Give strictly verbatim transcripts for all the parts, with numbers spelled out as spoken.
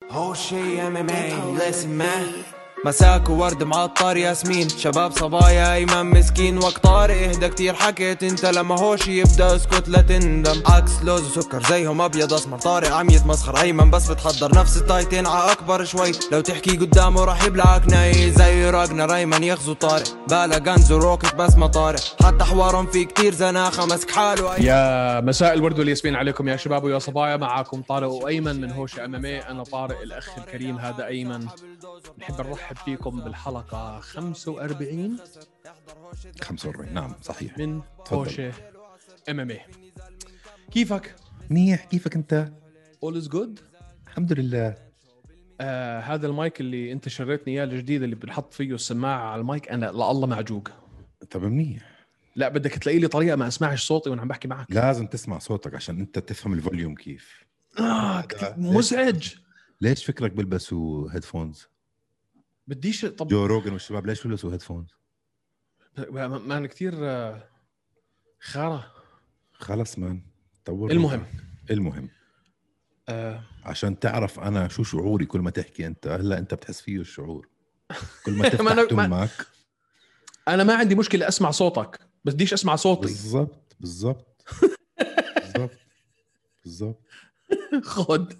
هو شي ام ام اي listen man. مساك وورد معطر ياسمين، شباب صبايا ايمن مسكين، وقت طارق اهدى كتير حكيت انت، لما هوش يبدا اسكت لا تندم. عكس لوز وسكر زيهم ابيض اسمر، طارق عم يتمسخر ايمن بس بتحضر نفس التايتين ع اكبر شوي، لو تحكي قدامه راح يبلعك ناي زي راجنر ايمن يغزو طارق، بالا غنز وروكت بس ما طارق، حتى حوارهم في كتير زناخه مسك حاله. يا مساء الورد والياسمين عليكم يا شباب ويا صبايا، معاكم طارق وايمن من هوش ام ام اي. انا طارق الاخ الكريم، هذا ايمن. نحب نرحب فيكم بالحلقه خمسة وأربعين خمسة وأربعين نعم صحيح من هوش ام ام اي. كيفك؟ منيح. كيفك انت؟ all is good الحمد لله. آه هذا المايك اللي انت شريتني اياه الجديد اللي بنحط فيه السماعه على المايك، انا لا الله معجوق. طب منيح. لا بدك تلاقي لي طريقه ما اسمعش صوتي وانا عم بحكي معك. لازم تسمع صوتك عشان انت تفهم الفوليوم كيف. آه كتير مزعج. ليش فكرك بيلبسوا هيدفونز؟ بديش. طب جو روجن والشباب ليش بيلبسوا هيدفونز؟ ما ما أنا كتير آه خارة. خلص مان طور. المهم المهم آه عشان تعرف انا شو شعوري كل ما تحكي انت. هلا انت بتحس فيه الشعور كل ما تفتح ما أنا- ما- تمك. انا ما عندي مشكله اسمع صوتك، بس بديش اسمع صوتي. بالضبط بالضبط بالضبط بالضبط. خد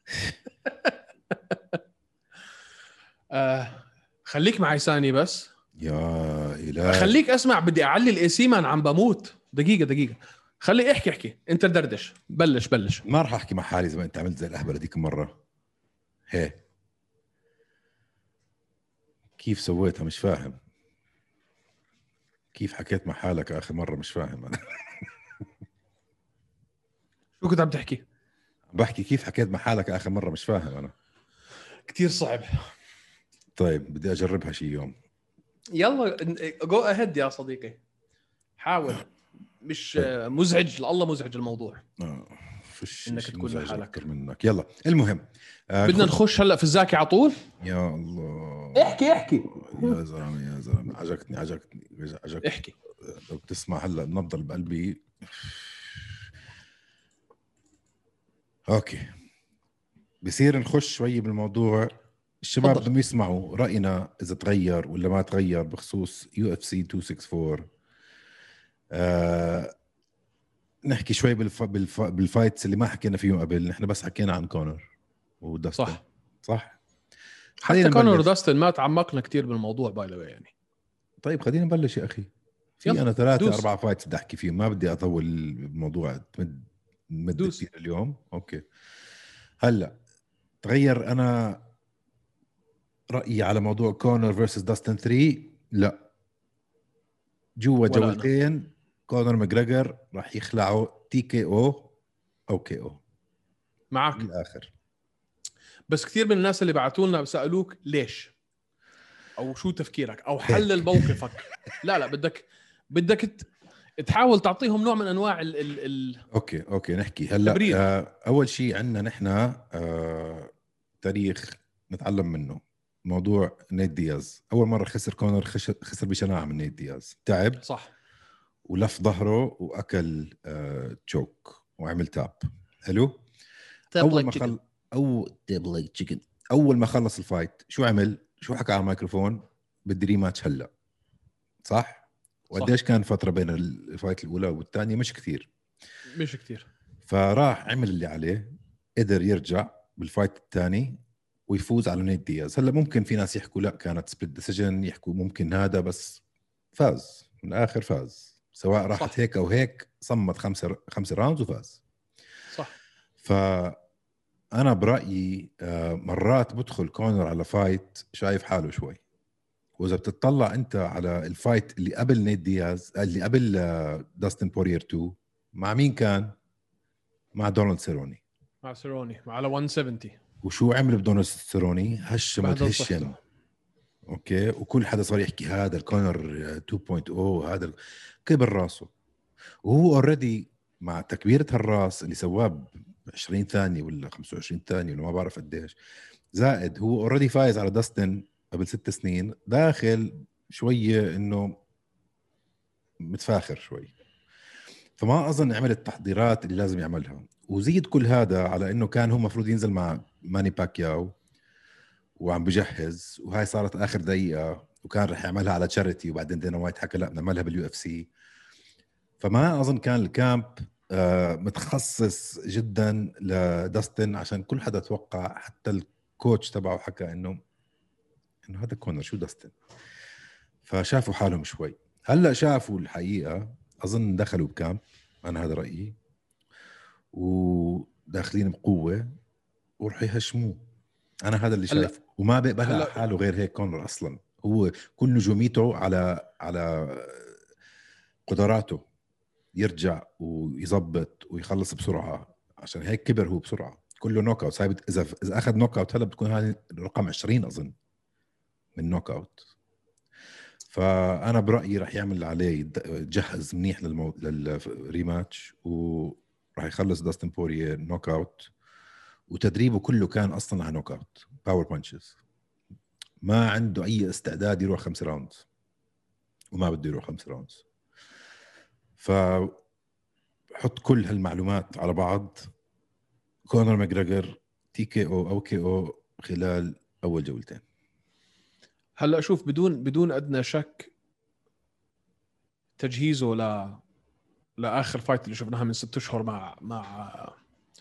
آه خليك معي ثاني بس. يا إلهي خليك اسمع، بدي اعلي الاي سي مان، عم بموت. دقيقه دقيقه خلي احكي احكي انت دردش. بلش بلش. ما راح احكي مع حالي زي ما انت عملت زي الاهبل هذيك المره. هي كيف سويتها مش فاهم. كيف حكيت مع حالك آخر مرة مش فاهم أنا. شو كنت عم تحكي؟ بحكي كيف حكيت مع حالك آخر مرة مش فاهم أنا. كتير صعب. طيب بدي أجربها شي يوم. يلا جو اهيد يا صديقي، حاول. مش طيب. مزعج لله، مزعج الموضوع آه. فيش إنك شي تكون مزعج لحالك. أكتر منك. يلا المهم آه بدنا نخش هلا في الزاكي على طول. يا الله احكي احكي يا زلمة يا زلمة عجقتني عجقتني عجقتني. احكي. لو بتسمع هلا النبضة اللي بقلبي. أوكي بصير نخش شوي بالموضوع. الشباب بدهم يسمعوا رأينا إذا تغير ولا ما تغير بخصوص يو اف سي مئتين واربعة وستين. آه نحكي شوي بالف... بالف... بالفايتس اللي ما حكينا فيهم قبل. نحن بس حكينا عن كونر وداستن. صح صح. حتى كونر وداستن ما تعمقنا كتير بالموضوع باي ذا واي يعني. طيب خلينا نبلش يا أخي. في يلا. أنا ثلاثة دوس. أربعة فايتس بدي أحكي فيهم، ما بدي أطول الموضوع تمد مد كتير اليوم. أوكي هلا تغير أنا رأيي على موضوع كونر فيرسس داستن ثلاثة. لا جوا جولتين كونر ماجريجر راح يخلعوا تي كي او او كي او معك بالاخر. بس كثير من الناس اللي بعثوا لنا بسالوك ليش او شو تفكيرك او حلل موقفك. لا لا بدك بدك تحاول تعطيهم نوع من انواع ال ال ال اوكي اوكي نحكي هلا. آه اول شيء عندنا نحن آه تاريخ نتعلم منه. موضوع نيت دياز اول مره خسر كونر خسر بشناعه من نيت دياز. تعب صح ولف ظهره واكل آه تشوك وعمل تاب. حلو. اول ما خل او تيبل تشيكن اول ما خلص الفايت شو عمل؟ شو حكى على الميكروفون؟ بدي ريماتش هلا. صح. وقديش كان فتره بين الفايت الاولى والثانيه؟ مش كثير مش كثير. فراح عمل اللي عليه، قدر يرجع بالفايت الثاني ويفوز على نيت دياز. هلا ممكن في ناس يحكوا لا كانت سبليت ديسيجن، يحكوا ممكن هذا، بس فاز من الاخر. فاز سواء راحت صح. هيك او هيك صمت خمسه خمسه راوندز وفاز. صح. ف أنا برأيي مرات بدخل كونر على فايت شايف حاله شوي. وإذا بتطلع أنت على الفايت اللي قبل نيت دياز اللي قبل داستن بورير اثنين، مع مين كان؟ مع دونالد سيروني. مع سيروني على مية وسبعين. وشو عمل بدونالد سيروني؟ هشمت هشم. أوكي. وكل حدا صار يحكي هذا الكونر اثنين نقطة صفر، هذا كبر راسه. وهو أوريدي مع تكبيرة الراس اللي سواه عشرين ثانية ولا خمسة وعشرين ثانية ولا ما بعرف قديش، زائد هو اوريدي فايز على داستن قبل ست سنين، داخل شوية انه متفاخر شوي. فما اظن عمل التحضيرات اللي لازم يعملها. وزيد كل هذا على انه كان هو مفروض ينزل مع ماني باكياو وعم بجهز، وهاي صارت اخر دقيقه، وكان رح يعملها على تشاريتي، وبعدين دينا وايت حكى لا بنعملها باليو اف سي. فما اظن كان الكامب متخصص جدا لداستن، عشان كل حدا توقع، حتى الكوتش تبعه حكى انه انه هذا كونر شو داستن. فشافوا حالهم شوي. هلا شافوا الحقيقه، اظن دخلوا بكامب، انا هذا رايي، وداخلين بقوه ورح يهشموه. انا هذا اللي شايف، وما بقبلها حاله غير هيك كونر اصلا. هو كل نجوميته على على قدراته يرجع ويظبط ويخلص بسرعه، عشان هيك كبر هو بسرعه. كله نوك اوت. اذا اذا اخذ نوك اوت هلا بتكون هذه رقم عشرين اظن من نوك اوت. فانا برايي راح يعمل عليه جهز منيح للمو... للريماتش، وراح يخلص داستن بوريه نوك اوت. وتدريبه كله كان اصلا على نوك اوت باور بانشز. ما عنده اي استعداد يروح خمس راوندز، وما بده يروح خمس راوندز. فحط كل هالمعلومات على بعض، كونر ماجريجر تي كي او او كي او خلال اول جولتين. هلا اشوف بدون بدون ادنى شك تجهيزه ل لاخر فايت اللي شفناها من ست اشهر مع مع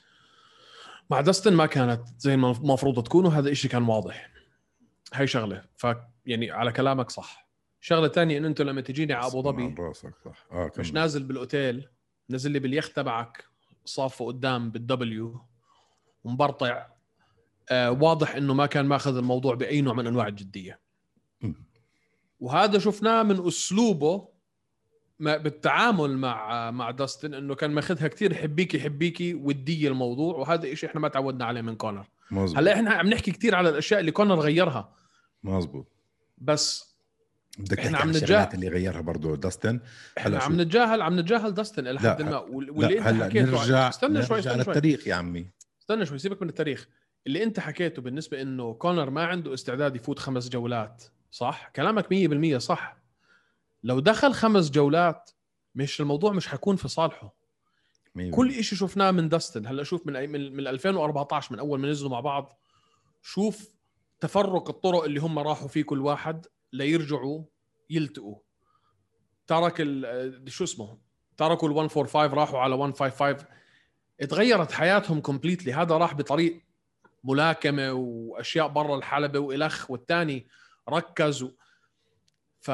مع داستن ما كانت زي ما المفروض تكون، وهذا إشي كان واضح. هاي شغله. ف يعني على كلامك صح. شغله تانية انه انت لما تجيني على ابو ظبي آه مش نازل بالاوتيل، نزل لي باليخت تبعك صافه قدام بالدبليو ومبرطع. آه واضح انه ما كان ماخذ الموضوع باي نوع من انواع الجديه. م. وهذا شفناه من اسلوبه ما بالتعامل مع مع داستن، انه كان ماخذها كتير حبيكي حبيكي وديه الموضوع، وهذا إشي احنا ما تعودنا عليه من كونر. مزبوط. هلا احنا عم نحكي كتير على الاشياء اللي كونر غيرها، مزبوط، بس بدك احنا تحكي عم عن نتجاهل الشغلات اللي غيرها برضو داستن. احنا عم نتجاهل عم نتجاهل داستن الى حد ما. واللي انت هلا حكيته نرجع استنى نرجع شوي استنى على شوي التاريخ يا عمي. استنى شوي سيبك من التاريخ. اللي انت حكيته بالنسبه انه كونر ما عنده استعداد يفوت خمس جولات، صح؟ كلامك مية بالمية صح. لو دخل خمس جولات مش الموضوع مش حيكون في صالحه. كل إشي شفناه من داستن هلا، شوف من من, من ألفين وأربعتاشر من اول ما نزلوا مع بعض، شوف تفرق الطرق اللي هم راحوا فيه كل واحد ليرجعوا يلتقوا. ترك شو اسمه تركوا ال مية وخمسة وأربعين راحوا على مية وخمسة وخمسين. اتغيرت حياتهم كومبليتلي. هذا راح بطريق ملاكمه واشياء برا الحلبه والخ، والثاني ركز و... ف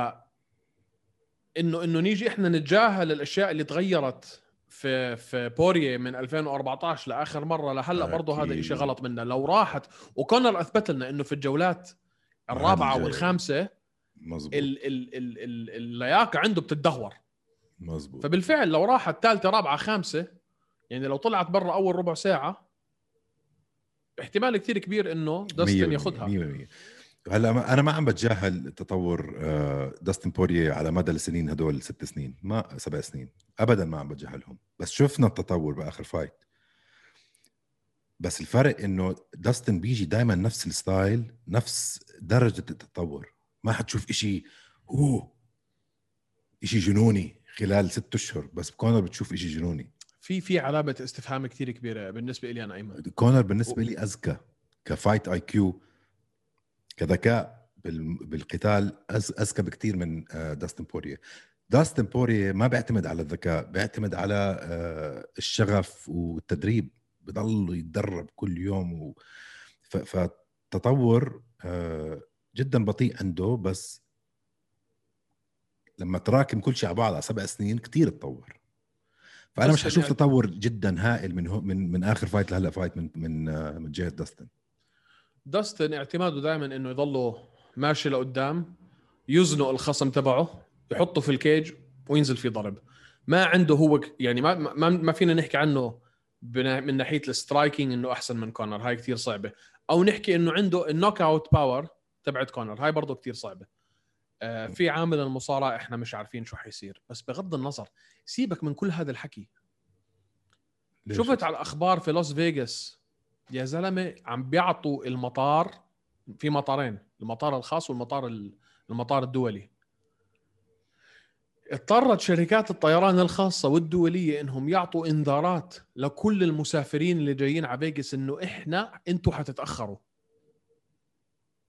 انه انه نيجي احنا نتجاهل الاشياء اللي تغيرت في في بوريه من ألفين وأربعتاشر لاخر مره لهلا. برضه هذا إشي غلط منا. لو راحت وكونر اثبت لنا انه في الجولات الرابعه والخامسه مزبوط ال ال ال ال اللياقه عنده بتتدهور. مزبوط. فبالفعل لو راحت ثالثه رابعه خامسه، يعني لو طلعت برا اول ربع ساعه، احتمال كثير كبير انه داستن ياخذها. هلا انا ما عم بتجاهل تطور داستن بوريه على مدى السنين هدول ست سنين ما سبع سنين ابدا، ما عم بتجاهلهم. بس شفنا التطور باخر فايت. بس الفرق انه داستن بيجي دائما نفس الستايل، نفس درجه التطور. ما حتشوف إشي اوه إشي جنوني خلال ست اشهر، بس كونر بتشوف إشي جنوني. في في علامه استفهام كثير كبيره بالنسبه لي انا ايمن. كونر بالنسبه لي اذكى كفايت اي كيو، كذكاء بالقتال، اذكى بكثير من داستن بوريه. داستن بوريه ما بيعتمد على الذكاء، بيعتمد على الشغف والتدريب. بضل يتدرب كل يوم و... فتطور جدا بطيء عنده، بس لما تراكم كل شيء على بعض على سبع سنين كتير تطور. فانا مش هشوف تطور جدا هائل من من من اخر فايت لهلا فايت من من من جهه داستن. داستن اعتماده دائما انه يضله ماشي لقدام، يزنق الخصم تبعه، يحطه في الكيج وينزل فيه ضرب. ما عنده هو يعني ما ما, ما فينا نحكي عنه من ناحيه السترايكينج انه احسن من كونر، هاي كتير صعبه. او نحكي انه عنده النوك اوت باور تبعت كونر، هاي برضه كتير صعبه. آه في عامل المصارعه احنا مش عارفين شو حيصير. بس بغض النظر سيبك من كل هذا الحكي. شفت على الاخبار في لوس فيغاس يا زلمه عم بيعطوا المطار، في مطارين، المطار الخاص والمطار المطار الدولي. اضطرت شركات الطيران الخاصة والدولية انهم يعطوا انذارات لكل المسافرين اللي جايين على فيغاس انه احنا انتوا حتتأخروا.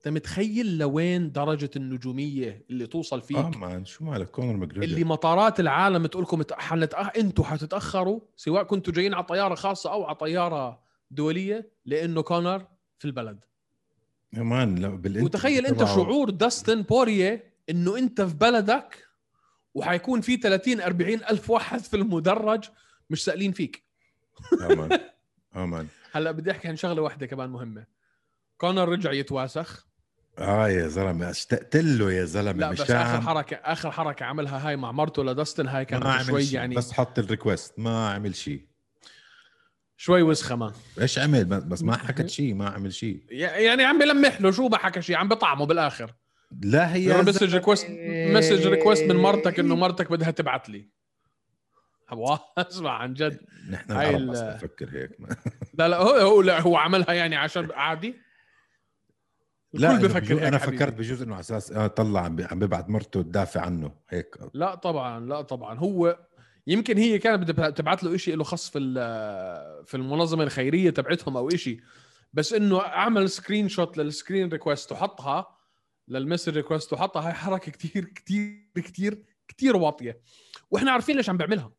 انت متخيل لوين درجه النجوميه اللي توصل فيك؟ اه مان شو مالك كونر ماجريجر اللي مطارات العالم تقول لكم حنتأخ... انتوا حتتاخروا سواء كنتوا جايين على طياره خاصه او على طياره دوليه لانه كونر في البلد. يا مان لا بالانترفيو وتخيل انت تبعه- شعور داستن بوريه انه انت في بلدك وحيكون في ثلاثين أربعين الف واحد في المدرج مش سائلين فيك. اه مان اه مان هلا بدي احكي عن شغله واحده كمان مهمه. كونر رجع يتواسخ. اه يا زلمه اشتقت له يا زلمه لا مش بس اخر عم... حركه اخر حركه عملها هاي مع مرته لداستن هاي ما كانت عمل شوي شيء يعني بس حط الريكوست ما عمل شيء. شوي وسخه ما ايش عمل بس ما حكت شيء ما عمل شيء. يعني عم بلمح له شو ما حكى شيء عم بطعمه بالاخر. لا هي مسج ريكوست مسج ريكوست من مرتك انه مرتك بدها تبعت لي. ابغى اسمع عن جد. نحن هاي العرب بس ال- نفكر هيك لا لا هو هو, لا هو عملها يعني عشان عادي. لا الكل إنه بفكر بجوز- هيك انا حبيبي. فكرت بجوز انه على اساس آه طلع عم بي- عم ببعت مرته تدافع عنه هيك. لا طبعا لا طبعا هو يمكن هي كانت بدها تبعت له إشي له خص في ال- في المنظمه الخيريه تبعتهم او إشي بس انه اعمل سكرين شوت للسكرين ريكوست وحطها للمسج ريكوست وحطها. هاي حركه كتير كتير كتير كتير واطيه واحنا عارفين ليش عم بيعملها.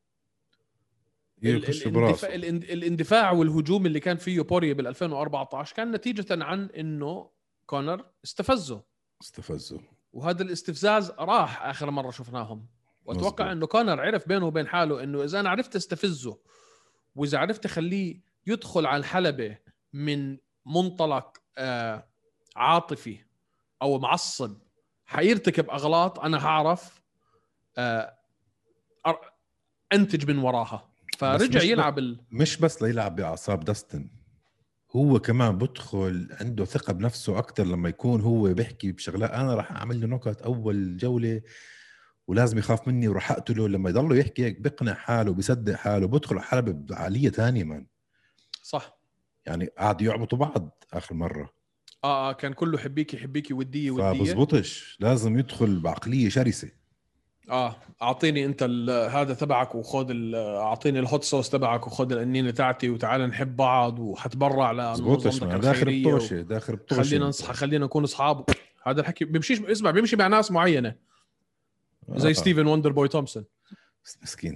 ال- يخش الاندفاع, براسه الاند- الاندفاع والهجوم اللي كان فيه بوريه بال ألفين وأربعة عشر كان نتيجه عن انه كونر استفزه استفزه. وهذا الاستفزاز راح اخر مره شفناهم. واتوقع مزبوط. انه كونر عرف بينه وبين حاله انه اذا انا عرفت استفزه واذا عرفت اخليه يدخل على الحلبة من منطلق آه عاطفي او معصب حيرتكب اغلاط انا هعرف آه أر- انتج من وراها. فرجع مش ب- يلعب ال... مش بس ليلعب باعصاب داستن هو كمان بدخل عنده ثقة بنفسه أكتر لما يكون هو بيحكي بشغلات أنا راح أعمل له نوكات أول جولة ولازم يخاف مني وراح أقتله. لما يضله يحكي هيك بقنع حاله بيصدق حاله بدخل حلبة بعالية تانية مان. صح. يعني قاعد يعبطوا بعض آخر مرة اه, آه كان كله حبيكي حبيكي ودية ودية. فبزبطش لازم يدخل بعقلية شرسة. اه اعطيني انت هذا تبعك وخذ ال- اعطيني الهوت صوص تبعك وخذ القنينه تاعتي وتعال نحب بعض وحتبرع زبطش لمنظمتك مان داخل الخيريه بطوشة داخل بطوشة خلينا نصحى خلينا نكون اصحاب. هذا الحكي بيمشيش اسمع بيمشي مع ناس معينه زي آه. ستيفن وندر بوي تومسون. مسكين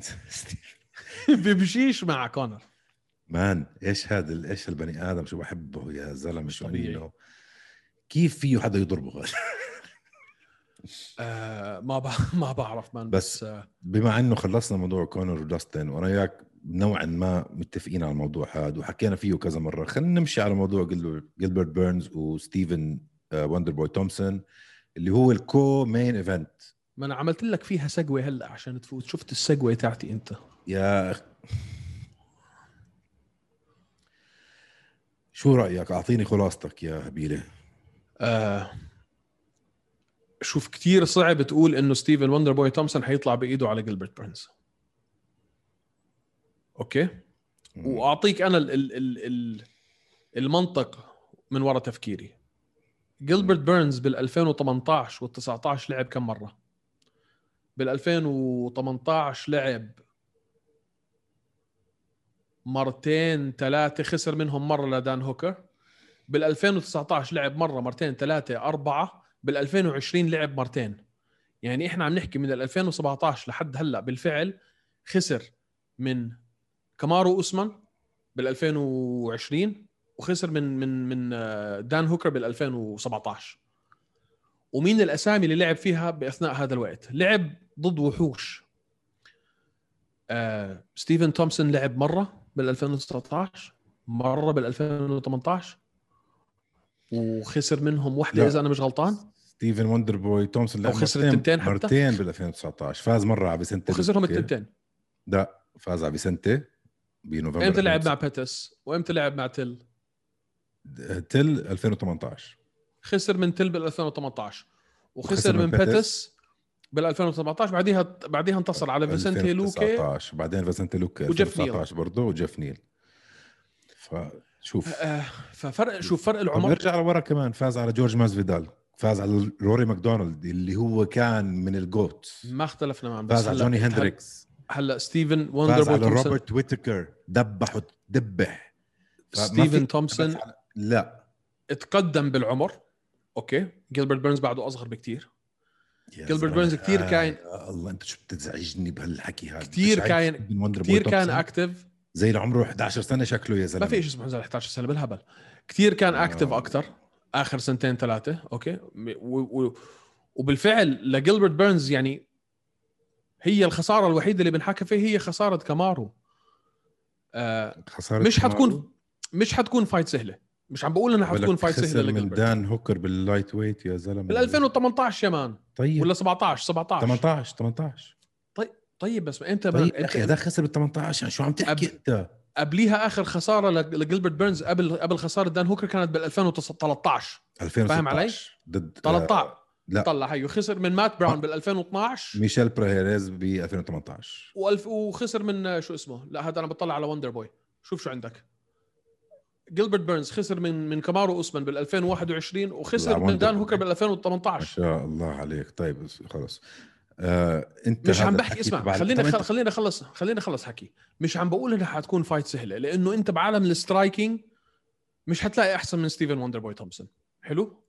بيمشيش مع كونر. مان ايش هذا ال- ايش البني ادم شو بحبه يا زلمه مش شو طبيعي. إنه كيف فيه حدا يضربه آه ما ب... ما بعرف مان بس بس آه بما انه خلصنا موضوع كونر وداستن وانا وياك نوعا ما متفقين على الموضوع هذا وحكينا فيه كذا مره خلينا نمشي على موضوع جيلبرت بيرنز وستيفن آه وندر بوي تومسون اللي هو الكو مين ايفنت. ما انا عملت لك فيها سجوي هلا عشان تفوت. شفت السجوي تاعتي انت يا أخ... شو رايك اعطيني خلاصتك يا هبيله. آه شوف كتير صعب تقول انه ستيفن وندر بوي تومسون حيطلع بايده على جيلبرت بيرنز. اوكي واعطيك انا ال ال ال ال المنطق من وراء تفكيري. جيلبرت بيرنز بال ألفين وثمانية عشر وال19 لعب كم مره؟ بال ألفين وثمانية عشر لعب مرتين ثلاثه خسر منهم مره لدان هوكر. بال ألفين وتسعة عشر لعب مره مرتين ثلاثه اربعه. بال ألفين وعشرين لعب مرتين. يعني احنا عم نحكي من ألفين وسبعة عشر لحد هلا بالفعل خسر من كامارو اوسمان بال ألفين وعشرين وخسر من من من دان هوكر بال ألفين وسبعة عشر. ومين الاسامي اللي لعب فيها باثناء هذا الوقت؟ لعب ضد وحوش. آه، ستيفن تومسون لعب مره بال ألفين وتسعة عشر مره بال ألفين وثمانية عشر وخسر منهم واحده اذا انا مش غلطان. ستيفن وندر بوي تومسون أو لعب خسر مرتين التنتين حتى؟ مرتين بال ألفين وتسعة عشر فاز مره على بسنتي وخسرهم التنتين. لا فاز على بسنتي بنوفمبر. امتى لعب مع بيتس وامتى لعب مع تل؟ تل ألفين وثمانية عشر خسر من تل بال ألفين وثمانية عشر وخسر وخسر من من بيتس. بيتس بال ألفين وسبعة عشر. بعديها بعديها انتصر على فيسنتي لوكي ألفين وتسعة عشر بعدين فيسنتي لوكي وجيف ألفين وتسعة عشر برضه وجيف نيل. فشوف آه ففرق شوف فرق العمر العمر. ارجع لورا كمان فاز على جورج ماسفيدال فاز على روري ماكدونالد اللي هو كان من الجوت ما اختلفنا معه. فاز على جوني هندريكس هلا ستيفن وندر فاز بوي على تومسون روبرت ويتكر دبحه دبح. ستيفن تومسون لا اتقدم بالعمر اوكي جيلبرت بيرنز بعده اصغر بكتير. يا جيلبرت زلمة، بيرنز كتير آه، كاين يا الله انت شو بتزعجني بهالحكي هذا. كتير شايف كاين ستيفن وندر كتير بوي كان تومسون اكتف. زي اللي عمره إحدى عشر سنه شكله يا زلمه. ما في شيء اسمه احد عشر سنه بالهبل. كتير كان اكتف آه. اكتر اخر سنتين ثلاثه. اوكي و... و... وبالفعل لجيلبرت بيرنز يعني هي الخساره الوحيده اللي بنحكي فيها هي خساره كامارو. آه خسارة مش كامارو. حتكون مش حتكون فايت سهله. مش عم بقول انها حتكون فايت سهله خسر من لجيلبرت. دان هوكر باللايت ويت يا زلمه بال ألفين وثمانية عشر يا مان. طيب ولا سبعة عشر سبعة عشر ثمانية عشر ثمانية عشر. طيب طيب بس انت طيب يا انت اخي هذا خسر بال ثمانية عشر، يعني شو عم تحكي أب... انت؟ قبليها اخر خساره لجيلبرت بيرنز قبل قبل خساره دان هوكر كانت بال ألفين وثلاثة عشر. ألفين وستة عشر فاهم علي؟ ضد ثلاثة عشر آه لا طلع هيو خسر من مات براون بال ألفين واثناشر ميشيل بريهيريز ب ألفين وثمانية عشر والف وخسر من شو اسمه. لا هذا انا بطلع على وندر بوي. شوف شو عندك. جيلبرت بيرنز خسر من من كامارو اوسمان بال ألفين وواحد وعشرين وخسر من دان هوكر بال ألفين وثمانية عشر. ما شاء الله عليك. طيب خلص آه، انت مش عم بحكي اسمع خلينا خل... خلينا خلص خلينا خلص حكي. مش عم بقول انها حتكون فايت سهله لانه انت بعالم السترايكينج مش حتلاقي احسن من ستيفن وندر بوي تومسون. حلو.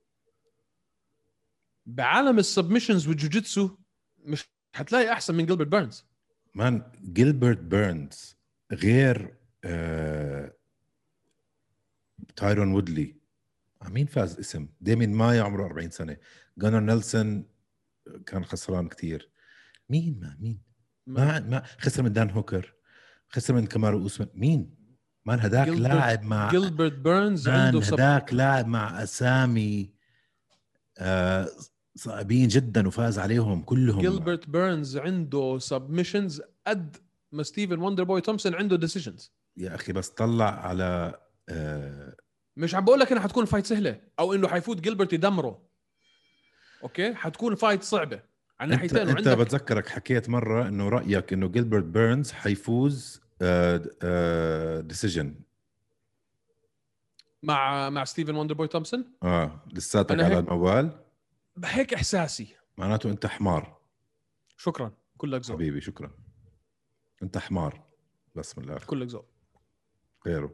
بعالم السبمشنز والجوجيتسو مش حتلاقي احسن من جيلبرت بيرنز. مان جيلبرت بيرنز غير آه... تايرون وودلي. مين فاز اسم؟ ديمين مايا عمره أربعين سنه. جانر نيلسون كان خسران كتير. مين ما مين ما, ما خسر من دان هوكر، خسر من كامارو اوسمان. مين مان هداك لاعب مع جيلبرت بيرنز عنده هداك لاعب مع اسامي آه صعبين جدا وفاز عليهم كلهم. جيلبرت بيرنز عنده سبمشنز قد ما ستيفن وندر بوي تومسون عنده ديسيجنز. يا اخي بس طلع على آه مش عم بقول لك انها حتكون فايت سهله او انه حيفوت جيلبرت يدمره. اوكي حتكون فايت صعبه عن انت ناحيتين. انت بتذكرك حكيت مره انه رايك انه جيلبرت بيرنز حيفوز آه آه ديسيجن مع مع ستيفن وندر بوي تومسون. اه لساتك أنا على هيك- الموال. هيك احساسي. معناته انت حمار. شكرا كلك ذوق. حبيبي شكرا. انت حمار بس من الاخر. كلك ذوق. غيره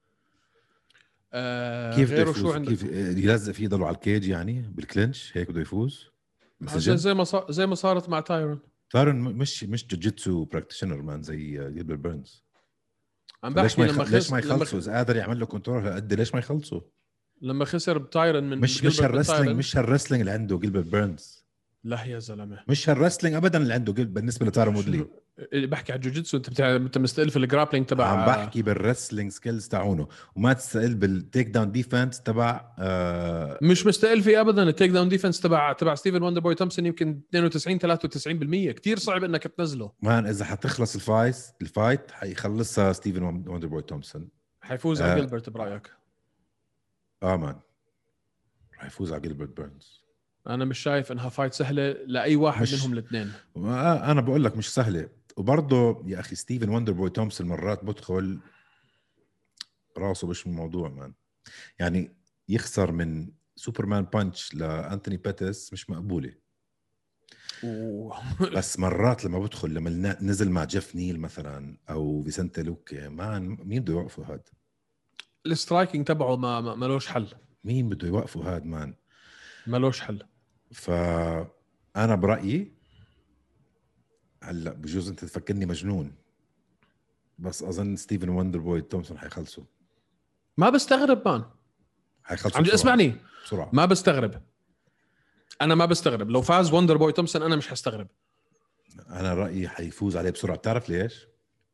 آه كيف غيره يفوز؟ شو عندك؟ كيف يلزق فيه يضلوا على الكيج يعني بالكلينش هيك بده يفوز؟ زي, زي ما صار زي ما صارت مع تايرون. تايرون مش مش جوجيتسو براكتيشنر مان زي جيلبرت بيرنز. عم ليش بحكي ما لما يخ... ليش خس... ما لما يخلصوا خ... اذا قادر يعمل له كنترول هالقد ليش ما يخلصوا؟ لما خسر بتايرون من مش مش جيلبرت هالرسلينج بالتايرون. مش هالرسلينج اللي عنده جيلبرت بيرنز. لا يا زلمه مش هالرسلينج ابدا اللي عنده جيل بالنسبه لتايرون وودلي. اللي بحكي على الجوجيتسو انت بتاع... انت مستقل في الجرابلينج تبع. عم بحكي بالرسلينج سكيلز تاعونه وما تستقل بالتيك داون ديفنس تبع آه... مش مستقل فيه ابدا. التيك داون ديفنس تبع تبع ستيفن وندر بوي تومسون يمكن اثنين وتسعين ثلاثة وتسعين بالمية. كتير صعب انك تنزله. مان اذا حتخلص الفايت الفايت حيخلصها ستيفن وندر بوي تومسون. حيفوز آه. على جيلبرت برايك؟ اه مان راح يفوز على جيلبرت بيرنز. انا مش شايف انها فايت سهله لاي واحد مش... منهم الاثنين. انا بقول لك مش سهله. وبرضه يا اخي ستيفن وندر بوي تومسون مرات بدخل راسه مش من الموضوع مان. يعني يخسر من سوبرمان بانش لأنتوني بيتس مش مقبوله. و... بس مرات لما بدخل لما نزل مع جيف نيل مثلا او فيسنتي لوكي مان مين بده يوقفوا هاد؟ السترايكينج تبعه ما ما لوش حل. مين بده يوقفوا هاد مان؟ ما لوش حل. فانا برايي هلا بجوز انت تفكرني مجنون بس اظن ستيفن وندر بوي تومسون حيخلصوا. ما بستغرب مان. حيخلصوا عم اسمعني بسرعه. ما بستغرب. انا ما بستغرب لو فاز وندر بوي تومسون. انا مش حستغرب. انا رايي حيفوز عليه بسرعه. بتعرف ليش؟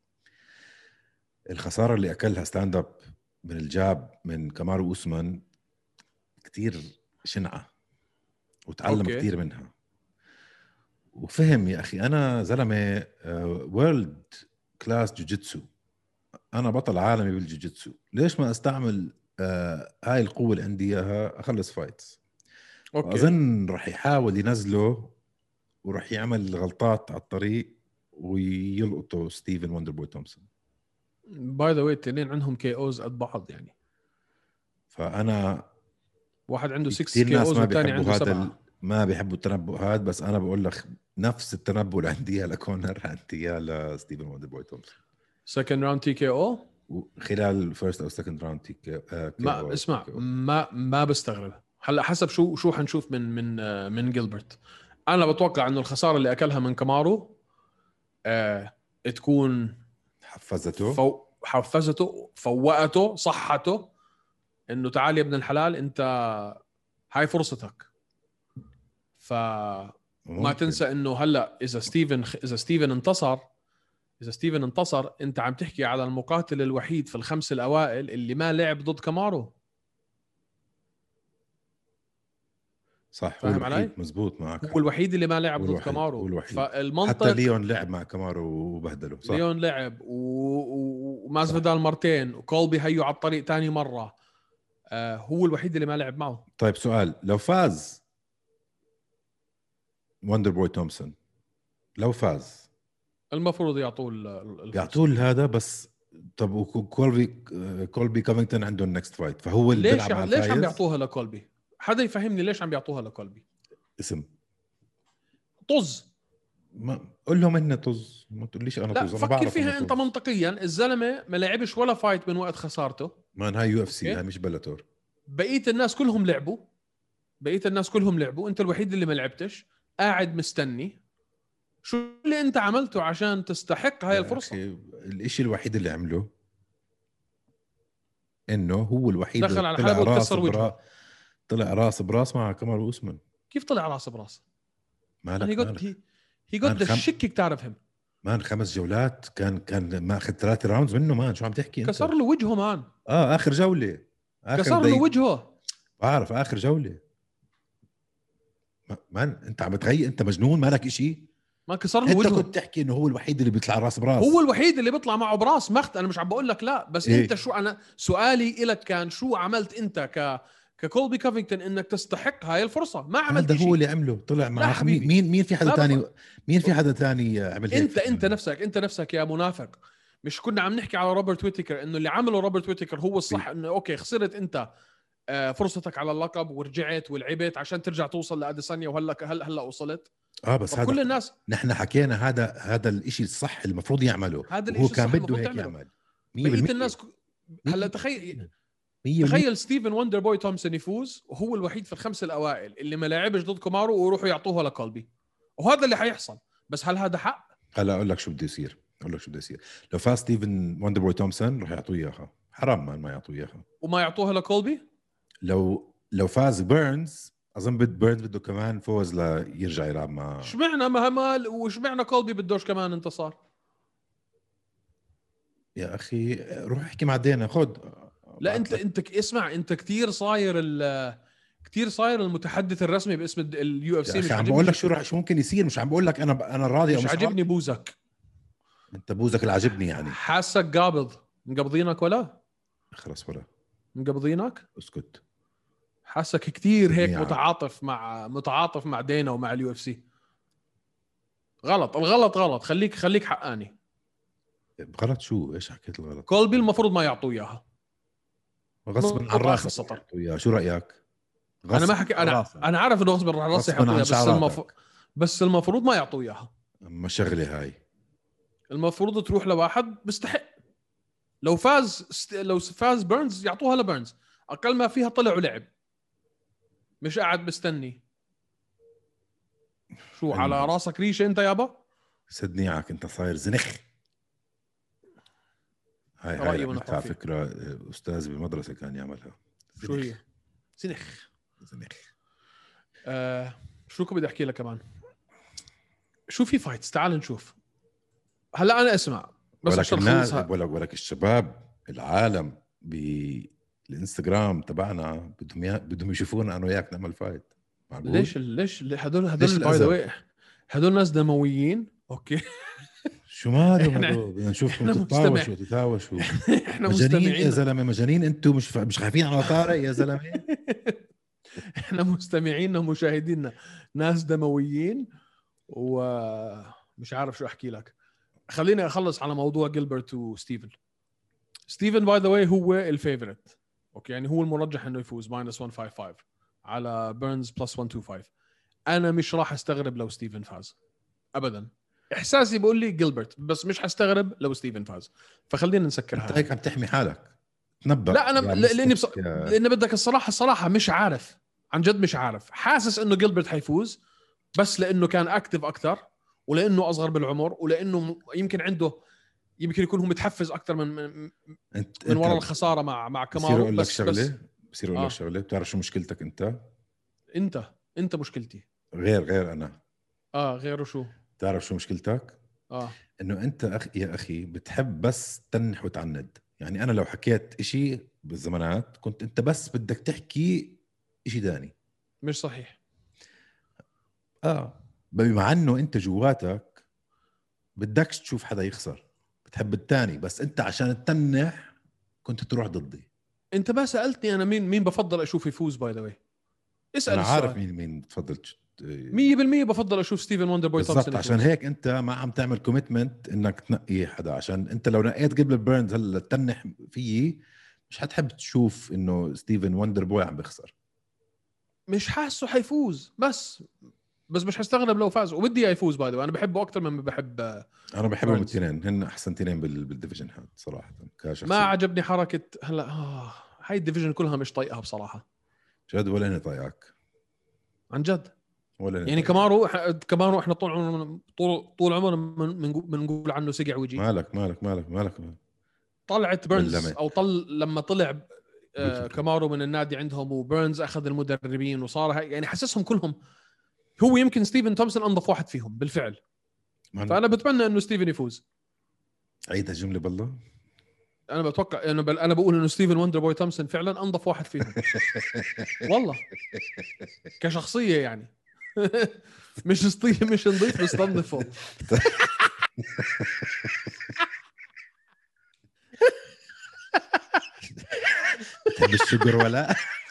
الخساره اللي اكلها ستاند اب من الجاب من كامارو اوسمان كتير شنعه وتعلم أوكي. كتير منها وفهم يا اخي انا زلمه وورلد كلاس جوجيتسو. انا بطل عالمي بالجوجيتسو. ليش ما استعمل آه هاي القوه اللي عندي اياها اخلص فايتس؟ اظن رح يحاول ينزله ورح يعمل غلطات على الطريق ويلقطوا ستيفن وندر بوي تومسون. باي ذا واي الاثنين عندهم كي اوز قد بعض يعني. فانا واحد عنده ستة كثير كي ناس اوز ما والثاني بيحبوا عنده هذا سبعة. ال... ما بيحبوا التنبؤ هذا. بس انا بقول لك نفس التنبؤ اللي عندي اياه لكونر عندي اياه لستيفن وندر بوي تومسون. سكند راوند تي كي او خلال فيرست او سكند راوند تي كي. ما اسمع ما ما بستغرب. هلا حسب شو شو حنشوف من من آه، من جيلبرت. انا بتوقع انه الخساره اللي اكلها من كامارو آه تكون حفزته فو حفزته فوقته صحته انه تعال يا ابن الحلال انت هاي فرصتك. فما ممكن. تنسى انه هلا اذا ستيفن اذا ستيفن انتصر اذا ستيفن انتصر انت عم تحكي على المقاتل الوحيد في الخمس الاوائل اللي ما لعب ضد كامارو. صح، هو فاهم الوحيد علي؟ مزبوط معك. هو الوحيد اللي ما لعب هو ضد الوحيد. هو كامارو. الوحيد. فالمنطق حتى ليون لعب مع كامارو وبهدله. صح. ليون لعب و... و... ومازفيدال مرتين وكولبي هيو على الطريق تاني مرة. آه هو الوحيد اللي ما لعب معه. طيب سؤال، لو فاز وندر بوي تومسون، لو فاز المفروض يعطوه ال- يعطوه هذا بس. طب وكولبي كولبي كوفينغتون عنده النكست فايت، فهو اللي ليش بيلعب مع ليش عم الفايز. بيعطوها لكولبي؟ حدا يفهمني ليش عم بيعطوها لكولبي؟ اسم طز. ما قول لهم انه طز، ما تقوليش انا لا طز. انا فكر بعرف فيها إنه انت طز. منطقيا. الزلمه ما لعبش ولا فايت من وقت خسارته. مان هاي يو اف سي، أوكي. هاي مش بلاتور. بقيه الناس كلهم لعبوا بقيه الناس كلهم لعبوا انت الوحيد اللي ما لعبتش قاعد مستني. شو اللي انت عملته عشان تستحق هاي يا الفرصه؟ أخي، الاشي الوحيد اللي عمله انه هو الوحيد دخل اللي على طلع الحلبة راس وكسر وجهه. برا... طلع راس براس مع كمال اوسمان. كيف طلع راس براس؟ مالك هي جوت مالك هي هي جوت مان ذا خم- شكك تعرفهم. مان خمس جولات كان كان ماخذ ثلاث راوندز منه. مان شو عم تحكي انت؟ كسر له وجهه مان. اه اخر جوله، اخر كسر له دقيقة. وجهه. بعرف اخر جوله. ما- مان انت عم تغير، انت مجنون مالك اشي. ما كسر له انت وجهه. كنت تحكي انه هو الوحيد اللي بيطلع راس براس. هو الوحيد اللي بيطلع معه براس مخت. انا مش عم بقول لك لا بس إيه؟ انت شو انا سؤالي لك كان شو عملت انت ك ككولبي كوفينغتون انك تستحق هاي الفرصه؟ ما عملت هذا هو شيء. اللي عمله. طلع مع حبيبي. مين مين في حدا لا تاني بف- مين في حدا تاني عمل هيك؟ انت انت نفسك انت نفسك يا منافق. مش كنا عم نحكي على روبرت ويتيكر انه اللي عمله روبرت ويتيكر هو الصح. انه اوكي خسرت انت آه، فرصتك على اللقب ورجعت ولعبت عشان ترجع توصل لاديسانيا وهلا هلا هلا وصلت. اه بس هذا كل الناس نحن حكينا هذا هذا الاشي الصح المفروض يعمله. هذا وهو الاشي كان الصح بده المفروض هيك تعمله. يعمل. بقية الناس ك... هلا تخيل تخيل ستيفن وندر بوي تومسون يفوز وهو الوحيد في الخمس الاوائل اللي ما لعبش ضد كومارو ويروحوا يعطوها لكولبي. وهذا اللي حيحصل. بس هل هذا حق؟ هلا اقول لك شو بده يصير. اقول لك شو بده يصير. لو فاز ستيفن وندر بوي تومسون رح يعطوه اياها. حرام ما ما يعطوه اياها. وما يعطوها لكولبي. لو لو فاز بيرنز، اظن بد بيرنز بده كمان فوز ليرجع يلعب مع. اشمعنى مهمال واشمعنى كولبي بدوش كمان انتصار؟ يا اخي روح احكي مع دينا خد. لا انت انت ك- اسمع انت كثير صاير ال كثير صاير المتحدث الرسمي باسم اليو اف سي. يا مش اخي عم عاجبني بقول لك شو راح شو ممكن يصير. مش عم بقول لك انا انا راضي او مش مش عاجبني راضي. بوزك. انت بوزك اللي عاجبني يعني. حاسك قابض. مقبضينك ولا خلص ولا مقبضينك؟ اسكت. حاسك كثير هيك جميعاً. متعاطف مع متعاطف مع دينا ومع اليو اف سي. غلط. الغلط غلط. خليك خليك حقاني. غلط شو؟ ايش حكيت الغلط؟ كولبي المفروض ما يعطوه اياها. غصبا عن آخر راسك السطر. يا شو رايك؟ انا ما حكي انا راسك. انا عارف انه غصب عن راسي غصباً يعطوه عن بس شعراتك. المفروض بس المفروض ما يعطوه اياها. اما شغله هاي. المفروض تروح لواحد بيستحق. لو فاز ست... لو فاز بيرنز يعطوها لبيرنز. اقل ما فيها طلع ولعب. مش قاعد مستني. شو حلو. على راسك ريشه انت يابا. سدنيعك انت صاير زنخ. هاي هاي رأيي عملتها على ونحن فيه. فكره استاذ بالمدرسه كان يعملها. شو هي؟ سنخ. زنخ. آه شو كنت بدي احكي لك كمان. شو في فايتس تعال نشوف. هلا انا اسمع بس ولك عشان الناس نخلصها. ولك ولك الشباب العالم بالانستغرام تبعنا بدهم يا... بدهم يشوفونا انا وياك نعمل فايت. معقول؟ ليش ليش هدول ليش هدول باي ذا الأذى؟ واي هدول ناس دمويين. اوكي. شو مالهم إحنا- هدول؟ بدنا نشوفكم إحنا تتطاوشوا تتهاوشوا. احنا مجانين يا مستمعين زلمه مجانين انتم. مش ف... مش خايفين على طارق يا زلمه. احنا مستمعينا ومشاهدينا ناس دمويين ومش عارف شو احكي لك. خليني اخلص على موضوع جيلبرت وستيفن. ستيفن باي ذا واي هو الفيفورت. اوكي يعني هو المرجح انه يفوز ماينس مية وخمسة وخمسين على بيرنز بلس مية وخمسة وعشرين. انا مش راح استغرب لو ستيفن فاز ابدا. احساسي بقول لي جيلبرت بس مش حستغرب لو ستيفن فاز. فخلينا نسكرها. انت هيك عم تحمي حالك. تنبأ لا انا يا لاني بص... مستك- لاني بدك الصراحه الصراحه مش عارف عن جد مش عارف. حاسس انه جيلبرت حيفوز بس لانه كان اكتف اكثر ولانه اصغر بالعمر ولانه يمكن عنده يمكن يكون هو متحفز اكثر من من, انت من وراء الخساره مع مع كامارو. بس بس بس بصير اقول لك آه. شغله. بتعرف شو مشكلتك انت؟ انت انت مشكلتي غير غير انا. اه غيره شو؟ تعرف شو مشكلتك؟ اه انه انت أخ... يا اخي بتحب بس تنح وتعند. يعني انا لو حكيت اشي بالزمانات كنت انت بس بدك تحكي اشي داني. مش صحيح. اه مع انه انت جواتك بدكش تشوف حدا يخسر، بتحب التاني، بس انت عشان تنح كنت تروح ضدي. انت ما سالتني انا مين مين بفضل اشوف يفوز. باي ذا واي اسال انا عارف السؤال. مين مين بتفضل مية بالمية بفضل اشوف ستيفن وندر بوي تومسون بالضبط. عشان هيك انت ما عم تعمل كوميتمنت انك تنقي حدا، عشان انت لو نقيت قبل بيرنز هلا تنح فيي مش حتحب تشوف انه ستيفن وندر بوي عم بيخسر. مش حاسه حيفوز بس بس مش هستغرب لو فاز وبدي اياه يفوز. باي ذا واي انا بحبه اكثر من بحب. انا بحبهم بيرنز. الاثنين، هن احسن اثنين بال... بالديفيجن هذا صراحه كشخصيه. ما عجبني حركه هلا آه. هاي الديفيجن كلها مش طايقها بصراحه. جد ولا انا طايعك عن جد. ولا يعني طيعك. كمارو كمارو احنا طول عمرنا طول طول عمرنا بنقول عنه سقع وجي. مالك مالك مالك مالك, مالك. طلعت بيرنز بلمت. او طل لما طلع آه بلوتو. كمارو من النادي عندهم وبيرنز اخذ المدربين وصار هاي يعني حسسهم كلهم. هو يمكن ستيفن تومسون انظف واحد فيهم بالفعل. مالك. فانا بتمنى انه ستيفن يفوز. عيد الجمله بالله. انا بتوقع انا بل... انا بقول انه ستيفن وندر بوي تومسون فعلا انظف واحد فيهم. والله كشخصيه يعني. مش سطي مش نضيف بس تنظفه. تحب الشجر ولا؟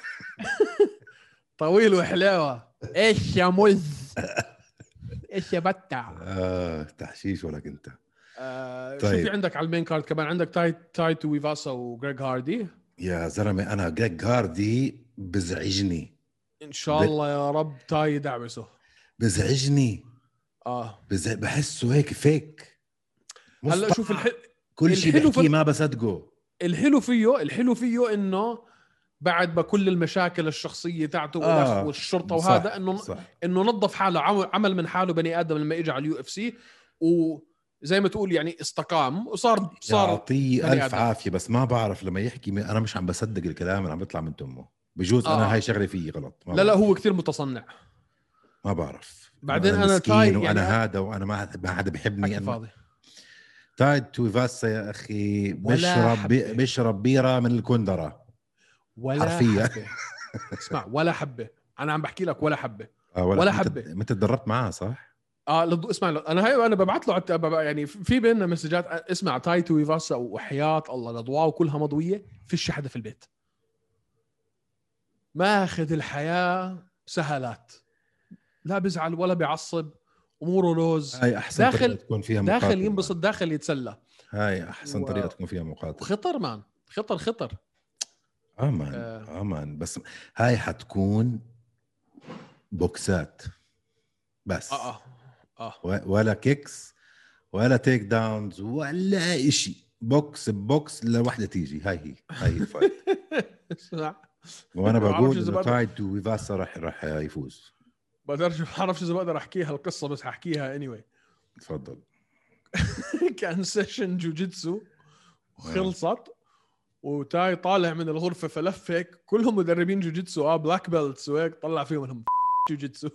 طويل وحلاوه. ايش يا مز ايش يا بتع. اه تحشيش ولا انت. آه طيب. شو في عندك على المين كارد كمان؟ عندك تاي تايتو ويفاسا وغريغ هاردي. يا زلمه انا جريج هاردي بزعجني. ان شاء الله يا رب تاي يدعبسه. بزعجني. اه بزع... بحسه هيك فيك. هلا شوف الح... كل شيء الحلو بحكيه في... ما بصدقه. الحلو فيه الحلو فيه انه بعد ما كل المشاكل الشخصيه تاعته والاخ آه والشرطه صح وهذا انه صح. انه نظف حاله عمل من حاله بني ادم لما اجى على اليو اف سي وزي ما تقول يعني استقام وصار صار يعطيه بني الف آدم. عافيه. بس ما بعرف لما يحكي انا مش عم بصدق الكلام اللي عم بيطلع من تمه. بجوز آه. انا هاي شغله فيي غلط. لا لا هو كتير متصنع. ما بعرف. بعدين أنا انا مسكين تاي وانا يعني هذا وانا ما ما حدا بيحبني. أنا فاضي. تايد تويفاسا يا اخي ولا بشرب بي... حبة. بشرب بيره من الكندره ولا حرفيا. حبه. اسمع ولا حبه انا عم بحكي لك ولا حبه. آه ولا, ولا متى حبة. متى تدربت معها صح؟ اه لضو اسمع له. انا هاي انا ببعث له عت... بب... يعني في بيننا مسجات. اسمع تايتو ويفاسا وحياة الله الاضواء كلها مضويه فيش حدا في البيت. ماخذ الحياه سهلات لا بزعل ولا بيعصب اموره لوز. هاي احسن طريقه داخل تكون فيها داخل مقاتل. ينبسط داخل يتسلى. هاي احسن و... طريقه تكون فيها مقاتل. خطر مان خطر خطر. امان آه. امان. بس هاي حتكون بوكسات بس. اه اه اه ولا كيكس ولا تيك داونز ولا إشي. بوكس بوكس لوحدة تيجي. هاي هي هاي هي الفايت. وانا بقول انه تايد ويفاسا راح راح يفوز. بقدرش ما بعرفش اذا بقدر احكيها القصه بس هحكيها anyway. تفضل. كان سيشن جوجيتسو وخلصت وتاي طالع من الغرفه فلف هيك كلهم مدربين جوجيتسو اه بلاك بيلتس وهيك طلع فيهم انهم جوجيتسو.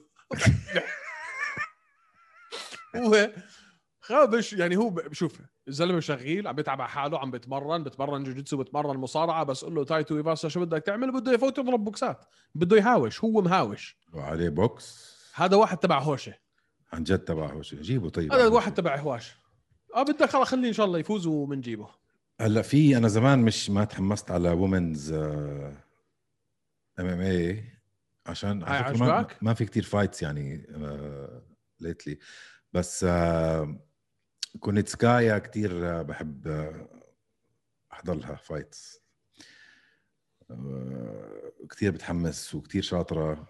هو خابش يعني هو بشوف الزلمه شغيل عم بيتعب على حاله عم بيتمرن بيتمرن جوجيتسو بيتمرن مصارعه بس قول له تايتو ويفاسا شو بدك تعمل بده يفوت يضرب بوكسات بده يهاوش هو مهاوش. وعليه بوكس. هذا واحد تبع هوشه عن جد تبع هوش. جيبه طيب. هذا واحد تبع هواش اه بدك خلص خليه ان شاء الله يفوز ومنجيبه. هلا في انا زمان مش ما تحمست على وومنز ام ام اي عشان هاي على فكره ما, عجبك؟ ما في كتير فايتس يعني ليتلي. بس آه كونيتسكايا كتير آه بحب آه احضر لها فايتس. آه كتير بتحمس وكتير شاطره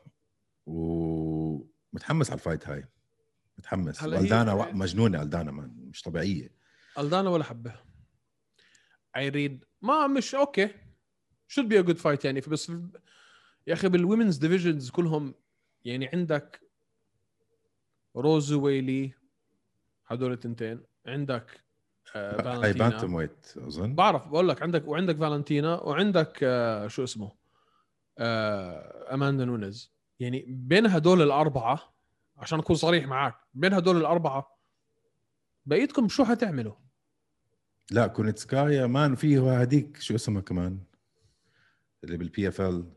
ومتحمس على الفايت هاي. متحمس. والدانا هي... مجنونه. الدانا ما مش طبيعيه. الدانا ولا حبه. ايرين ما مش اوكي should be a good fight يعني بس يا اخي بالويمنز ديفيجنز كلهم يعني عندك روز ويلي هدول التنتين عندك آه هاي بانتم فالنتينا ويت اظن بعرف بقول لك عندك وعندك فالنتينا وعندك آه شو اسمه آه اماندا نونيز يعني بين هدول الاربعه عشان اكون صريح معك بين هدول الاربعه بقيتكم شو هتعملوا؟ لا كونيتسكايا مان فيه هديك شو اسمها كمان اللي بالبي اف ال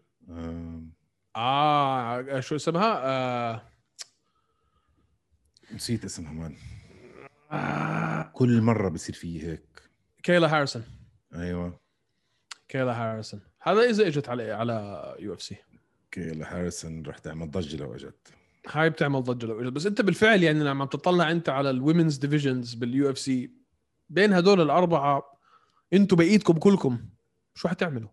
اه شو اسمها آه نسيت اسمها مان آه كل مره بصير فيه هيك. كيلا هاريسون ايوه كيلا هاريسون هذا اذا اجت على على يو اف سي كيلا هاريسون رح تعمل ضجه لو اجت. هاي بتعمل ضجه لو اجت بس انت بالفعل يعني لما عم تطلع انت على الويمنز ديفيجنز باليو اف سي بين هدول الاربعه انتوا بقيتكم كلكم شو حتعملوا؟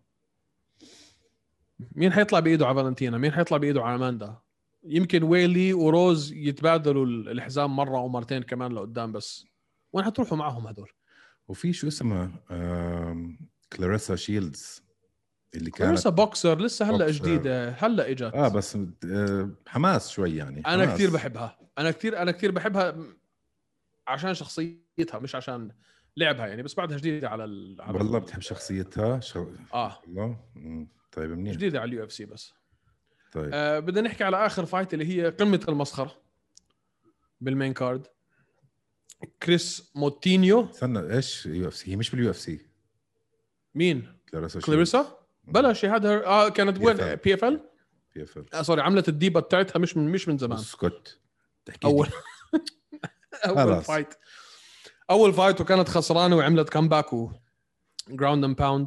مين حيطلع بايده على فالنتينا؟ مين حيطلع بايده على اماندا؟ يمكن ويلي وروز يتبادلوا الحزام مره او مرتين كمان لقدام بس وين حتروحوا معهم هدول؟ وفي شو اسمها آم، كلاريسا شيلدز اللي كانت لسه بوكسر لسه هلا بوكسر. جديده هلا اجت اه بس آه حماس شوي يعني انا حماس. كثير بحبها انا كثير انا كثير بحبها عشان شخصيتها مش عشان لعبها يعني بس بعدها جديده على ال... على والله ال... بتحب شخصيتها شو... اه والله مم. طيب منيح. جديده على اليو اف سي بس طيب آه بدنا نحكي على اخر فايت اللي هي قمه المسخره بالمين كارد كريس موتينيو. استنى ايش يو اف سي؟ هي مش باليو اف سي مين كلاريسا شيلدز. كلاريسا بلاش هذا اه كانت وين بي اف ال بي اف ال آه سوري عملت الديبه بتاعتها مش من مش من زمان اسكت تحكي اول لي. اول خلاص. فايت اول فايت وكانت خسرانه وعملت كامباك و جراوند اند باوند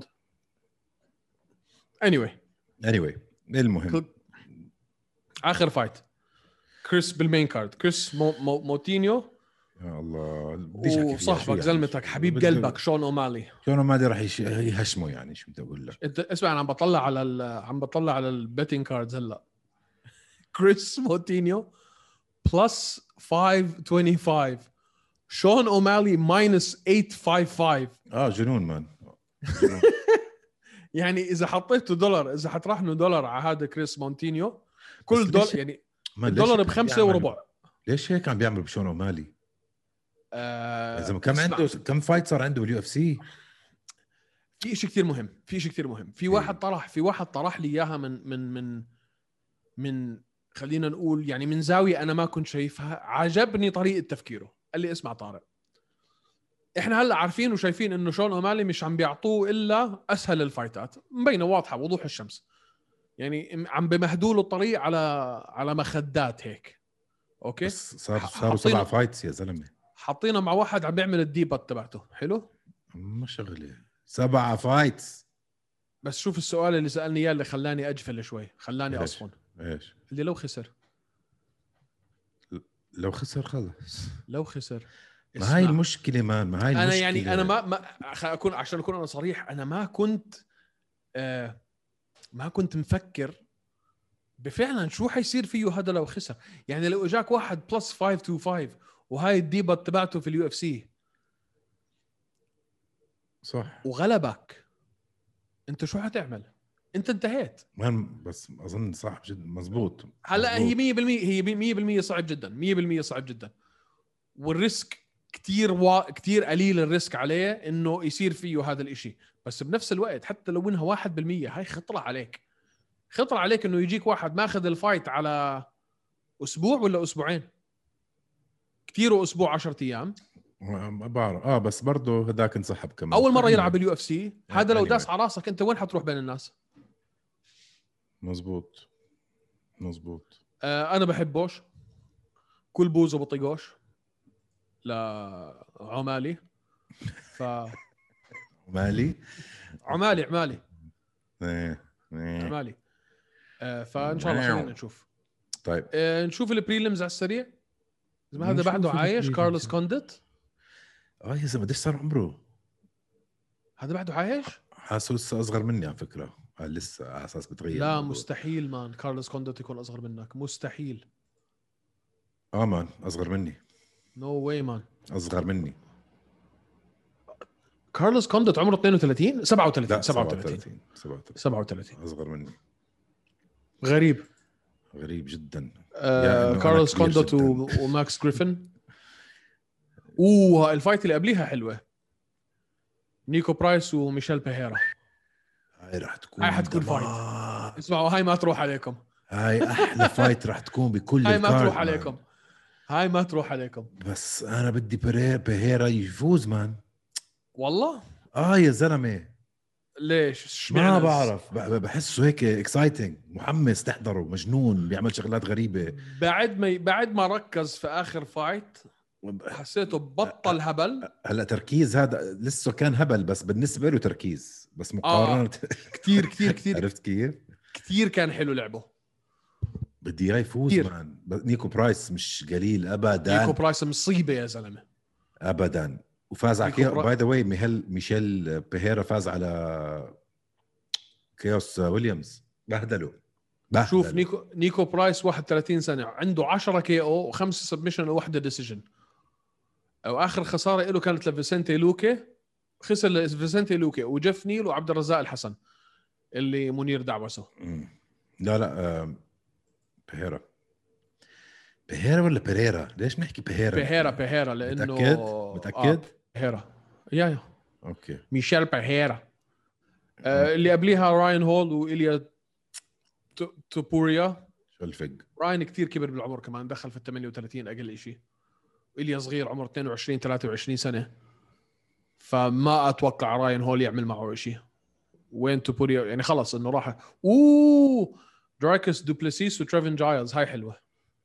anyway anyway المهم اخر فايت كريس بالمين كارد كريس مو مو موتينيو يا الله بديش احكي فيها. شو وصاحبك يعني؟ زلمتك حبيب بده- قلبك شون اومالي. شلون ما راح يش... يهشمه يعني شو بدي اقول لك. انت اسمع انا عم بطلع على ال... عم بطلع على البيتنج كاردز هلا كريس موتينيو بلس خمسمية وخمسة وعشرين شون اومالي ماينس ثمانمية وخمسة وخمسين اه جنون مان جنون. يعني اذا حطيته دولار اذا حطرحنا دولار على هذا كريس مونتينيو كل بس دولار ليش- يعني مان ليش الدولار هيك بخمسة بيعمل؟ وربع. ليش هيك عم بيعمل بشون اومالي؟ آه اذا كم اسمع. عنده كم فايت صار عنده باليو اف سي؟ في شيء كثير مهم في شيء كثير مهم في واحد طرح في واحد طرح لي اياها من من من من خلينا نقول يعني من زاويه انا ما كنت شايفها عجبني طريقه تفكيره. قال لي اسمع طارق احنا هلا عارفين وشايفين انه شون اومالي مش عم بيعطوه الا اسهل الفايتات مبينه واضحه وضوح الشمس يعني عم بمهدوا له الطريق على على مخدات هيك اوكي بس صار ح- صاروا حاطينه- سبعة فايتس يا زلمه. حاطينه مع واحد عم بيعمل الديبات تبعته حلو. ما شغله سبعة فايتس. بس شوف السؤال اللي سالني اياه اللي خلاني اجفل شوي خلاني إيش؟ اصفن ايش اللي لو خسر لو خسر خلص. لو خسر ما هاي اسمع. المشكله مان ما هاي المشكله. انا يعني انا ما, ما اكون عشان اكون انا صريح انا ما كنت آه ما كنت مفكر بفعلا شو حيصير فيه هذا لو خسر. يعني لو اجاك واحد بلس خمسمية وخمسة وعشرين وهاي الديبة تبعته في اليو اف سي صح وغلبك انت شو حتعمل؟ انت انتهيت. مان بس اظن صح جدا مزبوط. هلا مزبوط. هي مية بالمية هي مية بالمية صعب جدا مية بالمية صعب جدا والريسك كتير وا... كتير قليل الريسك عليه انه يصير فيه هذا الاشي. بس بنفس الوقت حتى لو انها واحد بالمية هاي خطرة عليك خطرة عليك انه يجيك واحد ماخذ الفايت على اسبوع ولا اسبوعين كتير واسبوع عشرة ايام ما بعرف اه بس برضه هذاك انسحب كمان اول مرة anyway. يلعب باليو اف سي هذا لو anyway. داس على راسك انت وين حتروح بين الناس؟ مزبوط مزبوط. آه انا بحبوش كل بوزه بطيقوش لعمالي ف مالي عمالي عمالي ايه ايه عمالي آه فان شاء الله خلينا نشوف. طيب آه نشوف البريلمز على السريع. زي هذا نشوف بعده عايش البريلمز. كارلوس كونديت اه يا زلمه قديش صار عمره؟ هذا بعده عايش. حاسه لسه اصغر مني على فكره. آه لسه على اساس بتغير لا الموضوع. مستحيل مان كارلوس كونديت يكون اصغر منك مستحيل. اه مان اصغر مني نو واي مان اصغر مني. كارلوس كونديت عمره اثنين وثلاثين سبعة وثلاثين لا سبعة وثلاثين سبعة وثلاثين سبعة وثلاثين اصغر مني. غريب غريب جدا. آه أنا كارلوس كبير كوندوت جداً. و... وماكس جريفن. اوه الفايت اللي قبليها حلوه، نيكو برايس وميشيل بيهيرا. هاي راح تكون هاي حتكون دمار. فايت، اسمعوا هاي ما تروح عليكم، هاي احلى فايت راح تكون بكل هاي ما الكارد تروح مان. عليكم، هاي ما تروح عليكم. بس انا بدي بيري- بيهيرا يفوز مان. والله اه يا زلمه ليش؟ اشمعنى؟ ما بعرف، ب- بحسه هيك اكسايتنج، محمس تحضره، مجنون بيعمل شغلات غريبه. بعد ما بعد ما ركز في اخر فايت حسيته بطل هبل. هلا تركيز هذا لسه كان هبل، بس بالنسبه له تركيز، بس اه مقارنه كتير كتير كتير عرفت كيف؟ كتير كان حلو لعبه. بدي اياه يفوز كتير. مان. ب- نيكو برايس مش قليل نيكو ابدا برايس مصيبه يا زلمه. ابدا. وفاز على نيكو كيو برا- باي ذا واي. ميهل ميشيل بيهيرا فاز على كيوس ويليامز. بهدله بهدله. شوف نيكو نيكو برايس واحد وثلاثين سنه، عنده عشرة كي او وخمسه سبمشن وواحده ديسيجن. او اخر خساره له كانت لفيسنتي لوكي، خسر لفيسنتي لوكي وجيف نيل وعبد الرزاق الحسن اللي منير دعوسه. مم. لا لا آه، بيهيرا بيهيرا ولا بيريرا؟ ليش نحكي بيهيرا؟ بيهيرا بيهيرا لانه متأكد؟ متأكد؟ آه بيهيرا يا يا اوكي. ميشيل بيهيرا. آه اللي قبليها راين هول وإيليا تو- توبوريا. شو الفق؟ راين كتير كبر بالعمر كمان، دخل في الثمانية وثلاثين اقل شيء. إيليا صغير عمره اثنين وعشرين ثلاثة وعشرين سنه، فما اتوقع راين هول يعمل معه شيء. وين توبوريا يعني خلص انه راح. اوه دراكس دوبلسيس وتريفن جايلز، هاي حلوه،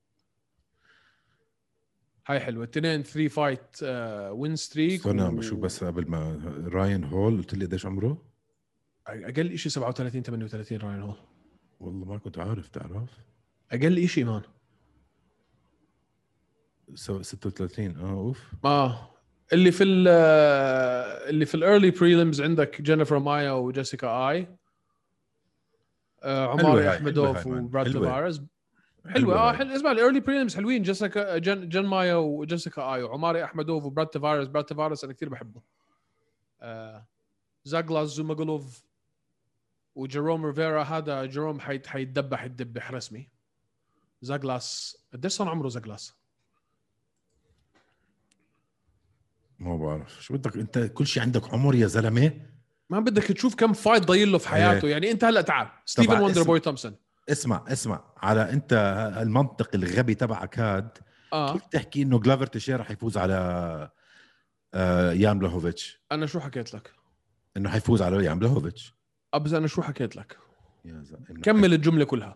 هاي حلوه. اثنين ثري فايت آه وين ستريك. استنى و... بشوف بس قبل ما راين هول قلت لي قديش عمره؟ اقل شيء سبعة وثلاثين ثمانية وثلاثين راين هول. والله ما كنت عارف. تعرف اقل شيء مان. ستة وثلاثين. اه اوف. اه اللي في ال اللي في الايرلي بريلمز عندك جينيفر مايا وجيسيكا اي، آه عماري احمدوف وبراد تافاريز. حلوه اه حلو. اسمع الايرلي بريلمز حلوين، جيسيكا جن, جن مايا وجيسيكا اي وعماري احمدوف وبراد تافاريز. براد تافاريز انا كثير بحبه. آه زاغلاس زوماغلوف وجيروم ريفيرا. هذا جيروم حيت حيتدبح يدبح رسمي. زاغلاس قديش صار عمره زاغلاس؟ ما بعرف شو بدك انت، كل شيء عندك عمر يا زلمه. ما بدك تشوف كم فايت ضايل له في حياته. ايه. يعني انت هلا تعال ستيفن وندر بوي تومسون. اسمع اسمع على انت المنطق الغبي تبعك هاد. اه كيف تحكي انه جلافر تشير رح يفوز على آه يان بلاهوفيتش؟ انا شو حكيت لك؟ انه حيفوز على يان بلاهوفيتش. ابز انا شو حكيت لك؟ يا زلمه كمل الجمله كلها،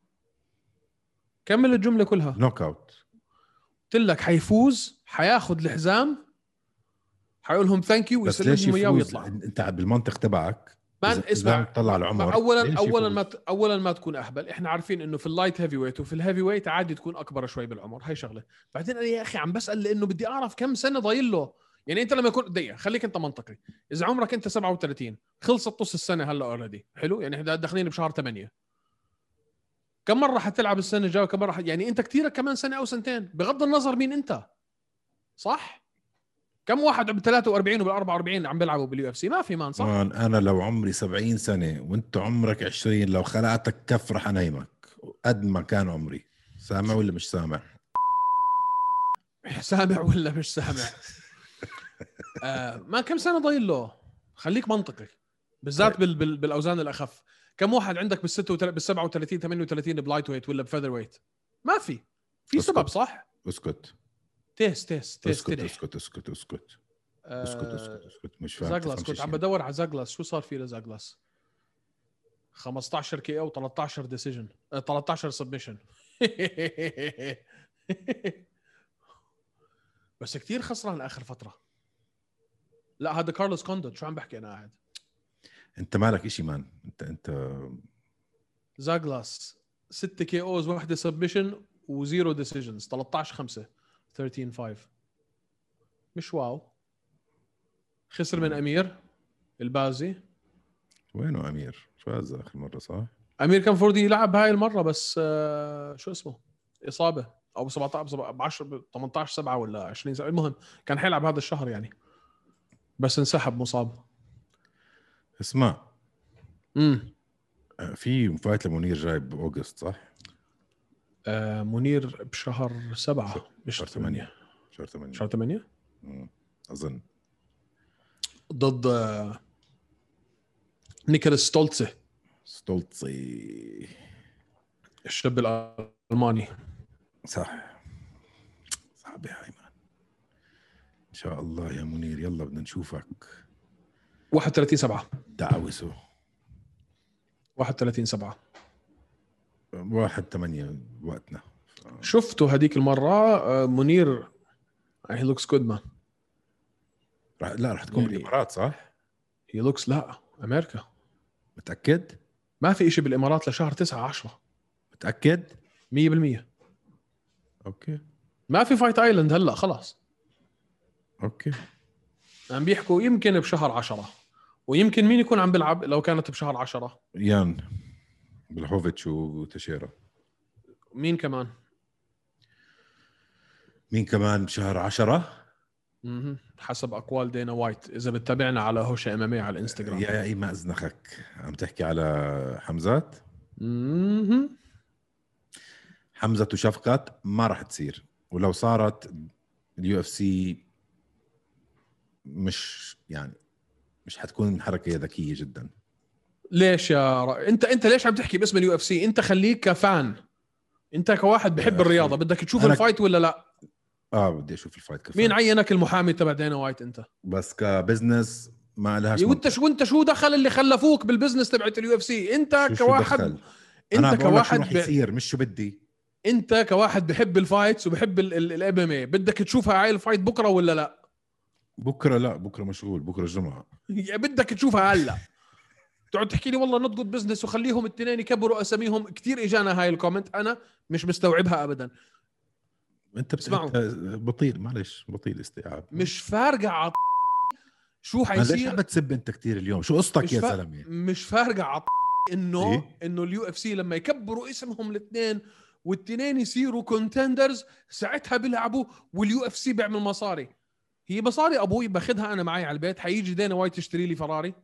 كمل الجمله كلها. نوك اوت. قلت لك حيفوز، حياخذ الحزام، حيقول لهم ثانك يو بس ليش ويسلمهم اياه يفوز؟ ويطلع. انت بالمنطق تبعك مان إذا- اسمع، إذا طلع العمر اولا ليش اولا يفوز؟ ما ت- اولا ما تكون اهبل. احنا عارفين انه في اللايت هيفي ويت وفي الهيفي ويت عادي تكون اكبر شوي بالعمر، هاي شغله. بعدين انا يا اخي عم بسال لانه بدي اعرف كم سنه ضايل له. يعني انت لما يكون دقيقه خليك انت منطقي، اذا عمرك انت سبعة وثلاثين خلصت نص السنه هلا اوريدي حلو، يعني احنا داخلين بشهر ثمانية. كم مره حتلعب السنه الجايه؟ كم مره ح... يعني انت كثير كمان سنه او سنتين بغض النظر مين انت، صح؟ كم واحد بال ثلاثة وأربعين وبال أربعة وأربعين عم بيلعبوا باليو اف سي؟ ما في مان، صح؟ مان انا لو عمري سبعين سنه وانت عمرك عشرين، لو خلعتك كف رح انيمك قد ما كان عمري. سامع ولا مش سامع؟ سامع ولا مش سامع؟ آه ما كم سنه ضايل له؟ خليك منطقي بالذات بال بال بالاوزان الاخف. كم واحد عندك بالستة وتل... بالسبعة وثلاثين ثمانية وثلاثين بلايت ويت ولا بفيذر ويت؟ ما في في اسكت. سبب، صح؟ اسكت تيست تيست تيست اسكت اسكت اسكت اسكت اسكت اسكت اسكت مش فاهم. زاغلاس كنت عم بدور على زاغلاس، شو صار فيه لزاغلاس؟ خمسطعش كي او ثلاثطعش ديسيجن، ثلاثطعش سبمشن. بس كتير خسران اخر فتره. لا هذا كارلوس كوندوت، شو عم بحكي انا قاعد. انت مالك اشي مان. انت انت زاغلاس ستة كي اوز واحده سبمشن وزيرو ديسيجنز، ثلاثطعش خمسة ثلاثة عشر خمسة. مش واو. خسر من امير البازي. وينه امير؟ فاز اخر مره صح؟ امير كان فوردي يلعب هاي المره بس آه شو اسمه اصابه او سبعطعش ب عشرة ثمانطعش سبعة ولا عشرين سبعة. المهم كان حيلعب هذا الشهر يعني، بس انسحب مصاب. اسمع امم في فايت لمنير جاي باوغست صح؟ آه منير بشهر سبعة مش شهر ثمانية. شهر ثمانية شهر ثمانية اظن ضد آه نيكولاس ستولتسي ستولتسي الشاب الألماني. صح صعبة هاي مان. ان شاء الله يا منير يلا بدنا نشوفك. واحد وثلاثين سبعة دعوسه واحد وثلاثين سبعة واحد ثمانية وقتنا. شفته هذيك المرة آه منير he looks good man. رح لا رح تكون يعني بالامارات صح؟ he looks لا أمريكا. متأكد؟ ما في إشي بالإمارات لشهر تسعة عشرة. متأكد؟ مية بالمية. اوكي ما في فايت ايلاند هلا خلاص. اوكي عم بيحكوا يمكن بشهر عشرة ويمكن مين يكون عم بيلعب لو كانت بشهر عشرة. يان بلهوفيتش وتشيرا. مين كمان مين كمان بشهر عشرة؟ مم. حسب أقوال دينا وايت إذا بتتابعنا على هوشة إمامية على الإنستغرام. يا اي ما أزنخك عم تحكي على حمزات. مم. حمزة وشفقات ما راح تصير ولو صارت اليو اف سي مش يعني مش حتكون حركة ذكية جدا. ليش يا ر... انت انت ليش عم تحكي باسم اليو اف سي؟ انت خليك كفان، انت كواحد بحب الرياضة بدك تشوف أنا... الفايت ولا لا؟ اه بدي اشوف الفايت كفان. مين عينك المحامي تبع دينا وايت انت؟ بس كبزنس ما لهاش. وانت شو وانت شو دخل اللي خلفوك بالبزنس تبعت اليو اف سي؟ انت شو كواحد شو انت أنا كواحد شو رح يصير مش شو بدي. انت كواحد بحب الفايتس وبحب الام ام اي بدك تشوفها هاي الفايت بكره ولا لا؟ بكره لا بكره مشغول بكره الجمعه. بدك تشوفها هلا تقعد تحكي لي والله نضغط بزنس وخليهم الاثنين يكبروا اساميهم. كتير اجانا هاي الكومنت انا مش مستوعبها ابدا. انت اسمعوا بطيء معلش بطيء الاستيعاب مش فارقه عط... شو حيصير. ليش عم بتسب انت كتير اليوم؟ شو قصتك يا فا... زلمه؟ مش فارقه عط... انه إيه؟ انه اليو اف سي لما يكبروا اسمهم الاثنين والتنين يصيروا كونتندرز ساعتها بيلعبوا واليو اف سي بيعمل مصاري. هي مصاري ابوي باخذها انا معي على البيت. حيجي دينا وايت تشتري لي فراري؟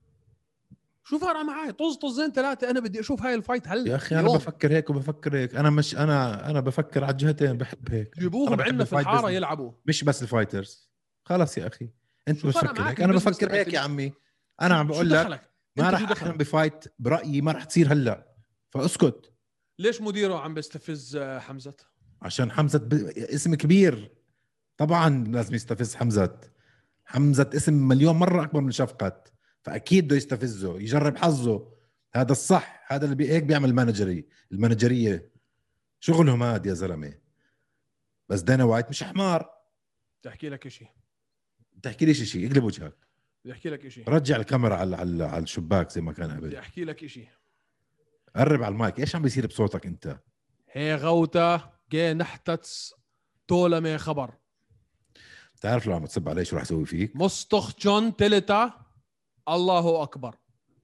شو فارقه معي؟ طز طزين ثلاثه انا بدي اشوف هاي الفايت هلا يا اخي انا يوم. بفكر هيك وبفكر هيك. انا مش انا انا بفكر على الجهتين بحب هيك. جيبوهم عندنا في الحاره يلعبوا مش بس الفايترز. خلاص يا اخي انت بتفكر هيك انا البزنس بفكر هيك يا عمي. انا عم بقول لك ما راح احلم بفايت برايي ما راح تصير هلا فاسكت. ليش مديره عم بيستفز حمزه؟ عشان حمزه ب... اسم كبير طبعا لازم يستفز حمزه. حمزه اسم مليون مره اكبر من شفقت فاكيد بده يستفزه يجرب حظه. هذا الصح هذا اللي بي... هيك بيعمل مانجري المانجريه شغلهم هاد يا زلمه. بس دانا وايت مش حمار. تحكي لك شيء تحكي لي شيء اقلب وجهك. بدي احكي لك شيء. رجع الكاميرا على على على الشباك زي ما كان قبل. بدي احكي لك شيء. قرب على المايك. ايش عم بيصير بصوتك انت؟ هي غوته جاي نحتتس تولمي خبر. تعرف لو عم تصب علي شو راح اسوي فيك؟ مستخ جون تلتا الله اكبر.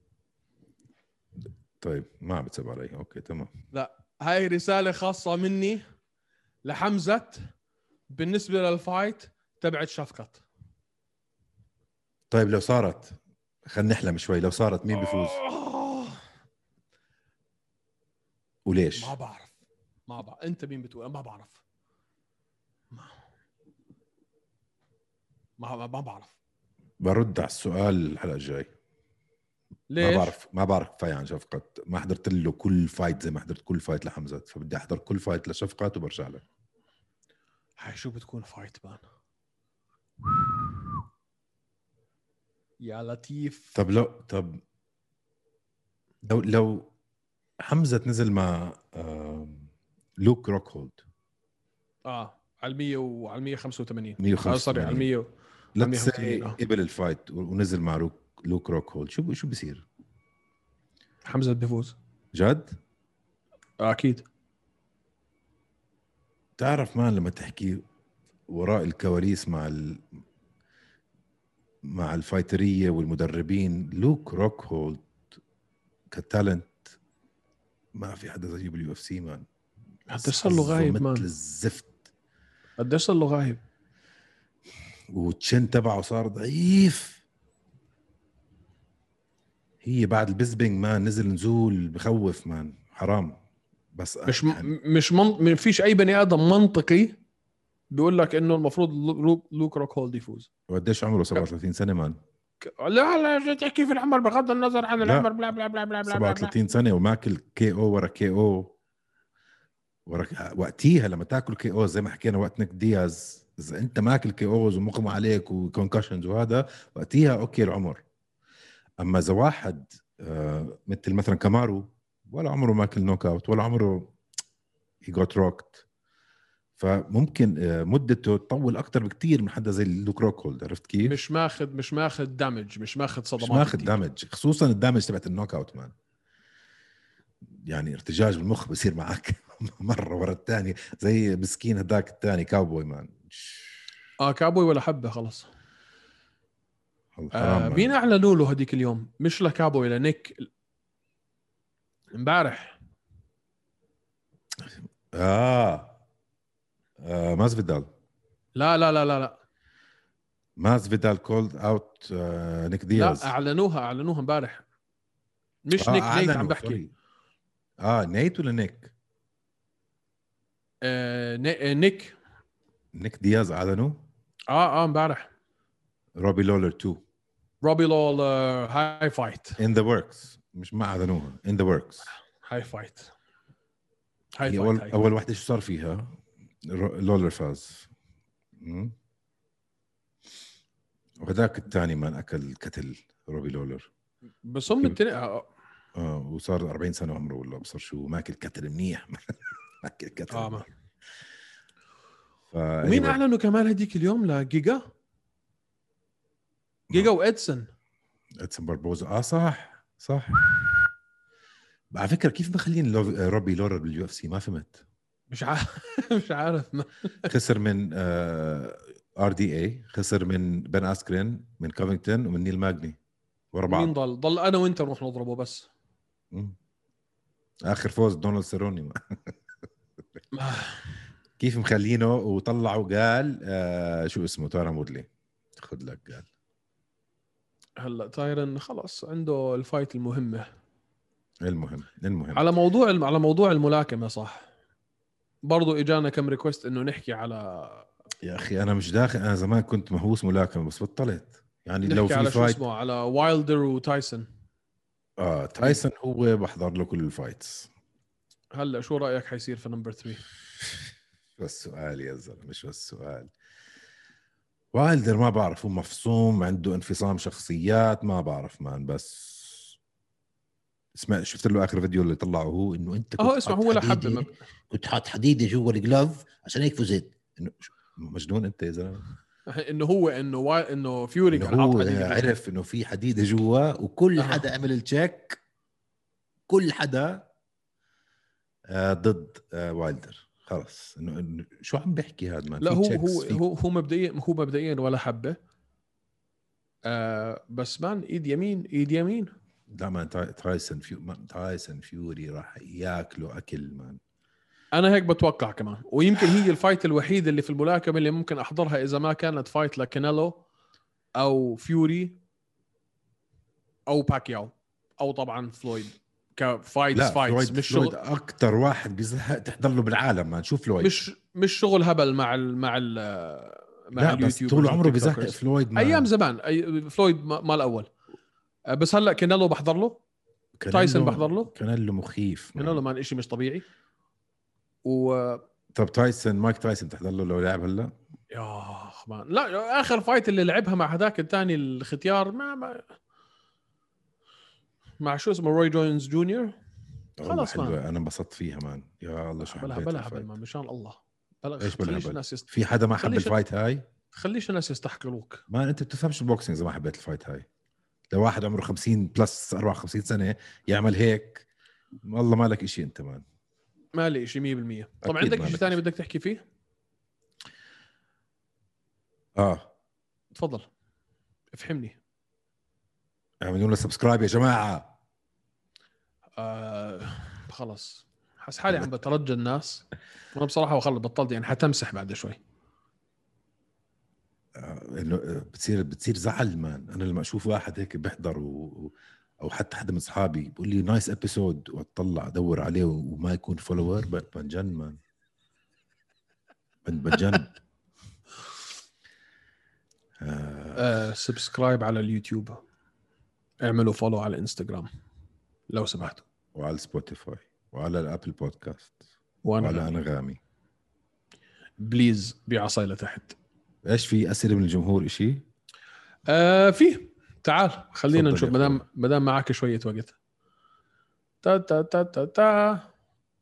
طيب ما عم بتصب علي اوكي تمام. لا هاي رساله خاصه مني لحمزه بالنسبه للفايت تبعت شفقت. طيب لو صارت خلينا نحلم شوي. لو صارت مين بيفوز؟ وليش؟ ما بعرف ما بعرف. انت مين بتقول؟ ما بعرف ما ما, ما بعرف. برد على السؤال الحلقه الجاي. ليش؟ ما بعرف ما بعرف كفايه عن شفقت. ما حضرت له كل فايت زي ما حضرت كل فايت لحمزه فبدي احضر كل فايت لشفقت وبرجع لك. هاي شو بتكون فايت مان يا لطيف. طب لو طب لو لو حمزه نزل مع لوك روكهولد اه على المية وعلى المية خمسة وثمانين مية وخمسة وثمانين سوري على المية لتس قبل الفايت ونزل مع لوك لوك روكهولد شو شو بيصير؟ حمزه بيفوز جد؟ آه اكيد. تعرف مان لما تحكي وراء الكواليس مع ال... مع الفايتريه والمدربين لوك روكهولد كتالنت ما في حدا زيه باليو اف سي مان. قديش صار له غايب مان؟ مثل الزفت. قديش صار له غايب؟ والتشن تبعه صار ضعيف. هي بعد البيزبينج مان نزل نزول بخوف مان حرام. بس مش يعني م... مش من... ما فيش اي بني ادم منطقي بيقول لك انه المفروض لو... لوك روكهولد يفوز. قديش عمره؟ سبعة وثلاثين سنه مان. لا لا تحكي في العمر بغض النظر عن العمر، لا بلا بلا بلا بلا بلا سبعة بلا. وثلاثين سنه وماكل كي او ورا كي او ورا. وقتيها لما تاكل كي او زي ما حكينا وقت نيك دياز، اذا انت ماكل كي اوز ومغمى عليك وكونكشنز وهذا وقتيها اوكي العمر. اما اذا واحد آه مثل مثلا كامارو ولا عمره ماكل نوك اوت ولا عمره هي جوت روكت، فممكن آه مدته تطول اكثر بكتير من حدا زي لوك روكهولد. عرفت كيف؟ مش ماخذ مش ماخذ دامج، مش ماخذ صدمات، مش ماخذ كتير. دامج، خصوصا الدامج تبعت النوك اوت مان. يعني ارتجاج بالمخ بصير معك مره ورا الثانيه زي مسكين هداك الثاني كاوبوي مان. اه كابوي ولا حبه خلص. حرام آه مان. مين اعلنوا له هديك اليوم؟ مش لكابوي، لنيك امبارح. آه. آه ماز فيدال. لا لا لا لا لا ماز فيدال كولد اوت آه نيك دياز. لا اعلنوها اعلنوها امبارح. مش آه نيك، نيت عم أعلنوا، بحكي. سوري. اه نيت ولا نيك؟ آه ني- نيك. نيك دياز اعلنوا. اه اه امبارح. روبي لولر تو روبي لول هاي فايت. ان ذا وركس، مش ما اعلنوها ان ذا وركس. هاي فايت هاي هي فايت اول هاي اول واحده شو صار فيها؟ رو- لولر فاز. مم. وهذاك الثاني من اكل كتل روبي لولر. بس هم التنين اه, اه وصار أربعين سنه عمره ولا ابصر شو، ماكل كتل منيح ماكل كتل. آه ما. ف ومين anyway. اعلنوا كمان هديك اليوم؟ لجيجا جيجا وادسون. ادسون باربوزا اه صح صح. على فكره كيف مخلين لو... روبي لورر باليو اف سي؟ ما فهمت. مش عارف مش عارف ما. خسر من ار دي اي، خسر من بن اسكرين، من كوفينغتون، ومن نيل ماجني ورا بعض. مين ضل؟ ضل انا وانت نروح نضربه بس. مم. اخر فوز دونالد سيروني. كيف مخلينه؟ وطلعوا قال آه شو اسمه تايرون وودلي خذ لك. قال هلا تايرن خلص عنده الفايت المهمه. المهم المهم على موضوع على موضوع الملاكمه صح، برضو اجانا كم ريكوست انه نحكي على يا اخي انا مش داخل. انا زمان كنت مهووس ملاكمه بس بطلت. يعني لو نحكي في على شو فايت اسمه، على وايلدر وتايسون. اه تايسون هو بحضر له كل الفايتس. هلا شو رايك حيصير في نمبر ثلاثة؟ بس سؤال يا زلمه، مش بس سؤال. وايلدر ما بعرف، هو مفصوم، عنده انفصام شخصيات، ما بعرف مان. بس اسمع، شفت له اخر فيديو اللي طلعه هو انه انت كنت اهو اسمع، هو لا حب مب... كنت حاط حديده جوا الجلوف عشان هيك فزت. انه مجنون انت يا زلمه. انه هو انه واي... انه فيوري انه كان حاط هو حديد. عرف انه في حديده جوا وكل حدا عمل التشيك، كل حدا آه ضد آه وايلدر. خلص انه إنه شو عم بحكي هذا مان. لا في هو تشيكس هو في... هو هو مبدئيا هو مبدئيا ولا حبه. آه بس مان ايد يمين ايد يمين. لا مان تايسون فيو... تايسون فيوري راح ياكلوا اكل مان. انا هيك بتوقع كمان، ويمكن هي الفايت الوحيده اللي في الملاكمه اللي ممكن احضرها اذا ما كانت فايت لكانيلو او فيوري او باكياو او طبعا فلويد كفايتس لا فايتس فلويد مش فلويد شغل. اكثر واحد بيزهق تحضر له بالعالم مان. شوف فلويد مش مش شغل هبل مع ال مع ال مع لا بس طول عمره بيزهق فلويد مان. ايام زمان أي فلويد ما الاول. بس هلا كانيلو بحضر له، تايسون بحضر له. كانيلو مخيف مان. كانيلو مان شيء مش طبيعي. و طب تايسون مايك تايسون تحضر له لو لعب هلا؟ يا مان لا، اخر فايت اللي لعبها مع هذاك الثاني الختيار ما, ما مع شو اسمه روي جونز جونيور. خلاص مان انا انبسطت فيها مان. يا الله شو بلا حبيت بلا الفايت. هبل ما مشان الله. بلا ايش بلا خليش هبل؟ الناس يست... في حدا ما حب خليش... الفايت هاي؟ خليش الناس يستحقروك ما انت بتفهمش البوكسينج اذا ما حبيت الفايت هاي. لو واحد عمره خمسين بلس أربعة وخمسين سنه يعمل هيك، والله ما لك شيء انت مان. ما لي شيء مية بالمية. طب عندك شيء ثاني بدك تحكي فيه؟ اه تفضل افهمني. اعملوا لنا سبسكرايب يا جماعه. آه خلص حس حالي عم بترجى الناس، وانا بصراحه وخلص بطلت يعني حتمسح بعد شوي. انه بتصير بتصير زعل مان. انا لما اشوف واحد هيك بيحضر و... او حتى حدا من اصحابي بيقول لي نايس ابيسود واطلع ادور عليه وما يكون فولوور بنجن مان بنجن. آه سبسكرايب على اليوتيوب، اعملوا فولو على الانستغرام لو سمحتوا، وعلى سبوتيفاي وعلى الابل بودكاست وأنا وعلى غامي. انغامي. بليز بعصاي لتحت. ايش في اسئله من الجمهور اشي؟ آه فيه، تعال خلينا تفضل نشوف يا مدام أخوي. مدام معك شويه وقت. تا تا تا تا تا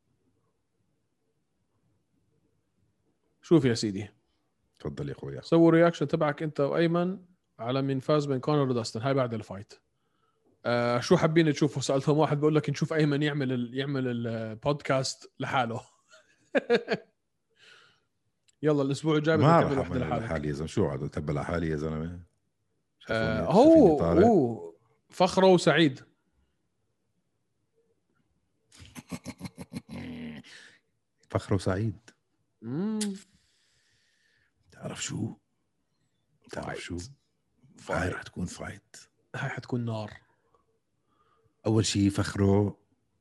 شوف يا سيدي، تفضل يا اخويا. سووا رياكشن تبعك انت وايمن على مين فاز بين كونر وداستن، هاي بعد الفايت. آه شو حابين تشوفوا؟ سالتهم واحد بيقول لك نشوف ايمن يعمل ال... يعمل البودكاست لحاله. يلا الاسبوع الجاي بدك ما تعمل راح وحده اعمل لحالك. لحالي يا زلمه، شو قاعد اتبع لحالي يا زلمه؟ آه شافوني هو شايفيني طالع. هو فخره وسعيد. فخر وسعيد. مم. تعرف شو تعرف فايت. شو فايت. هاي رح تكون فايت. هاي حتكون نار. اول شيء فخره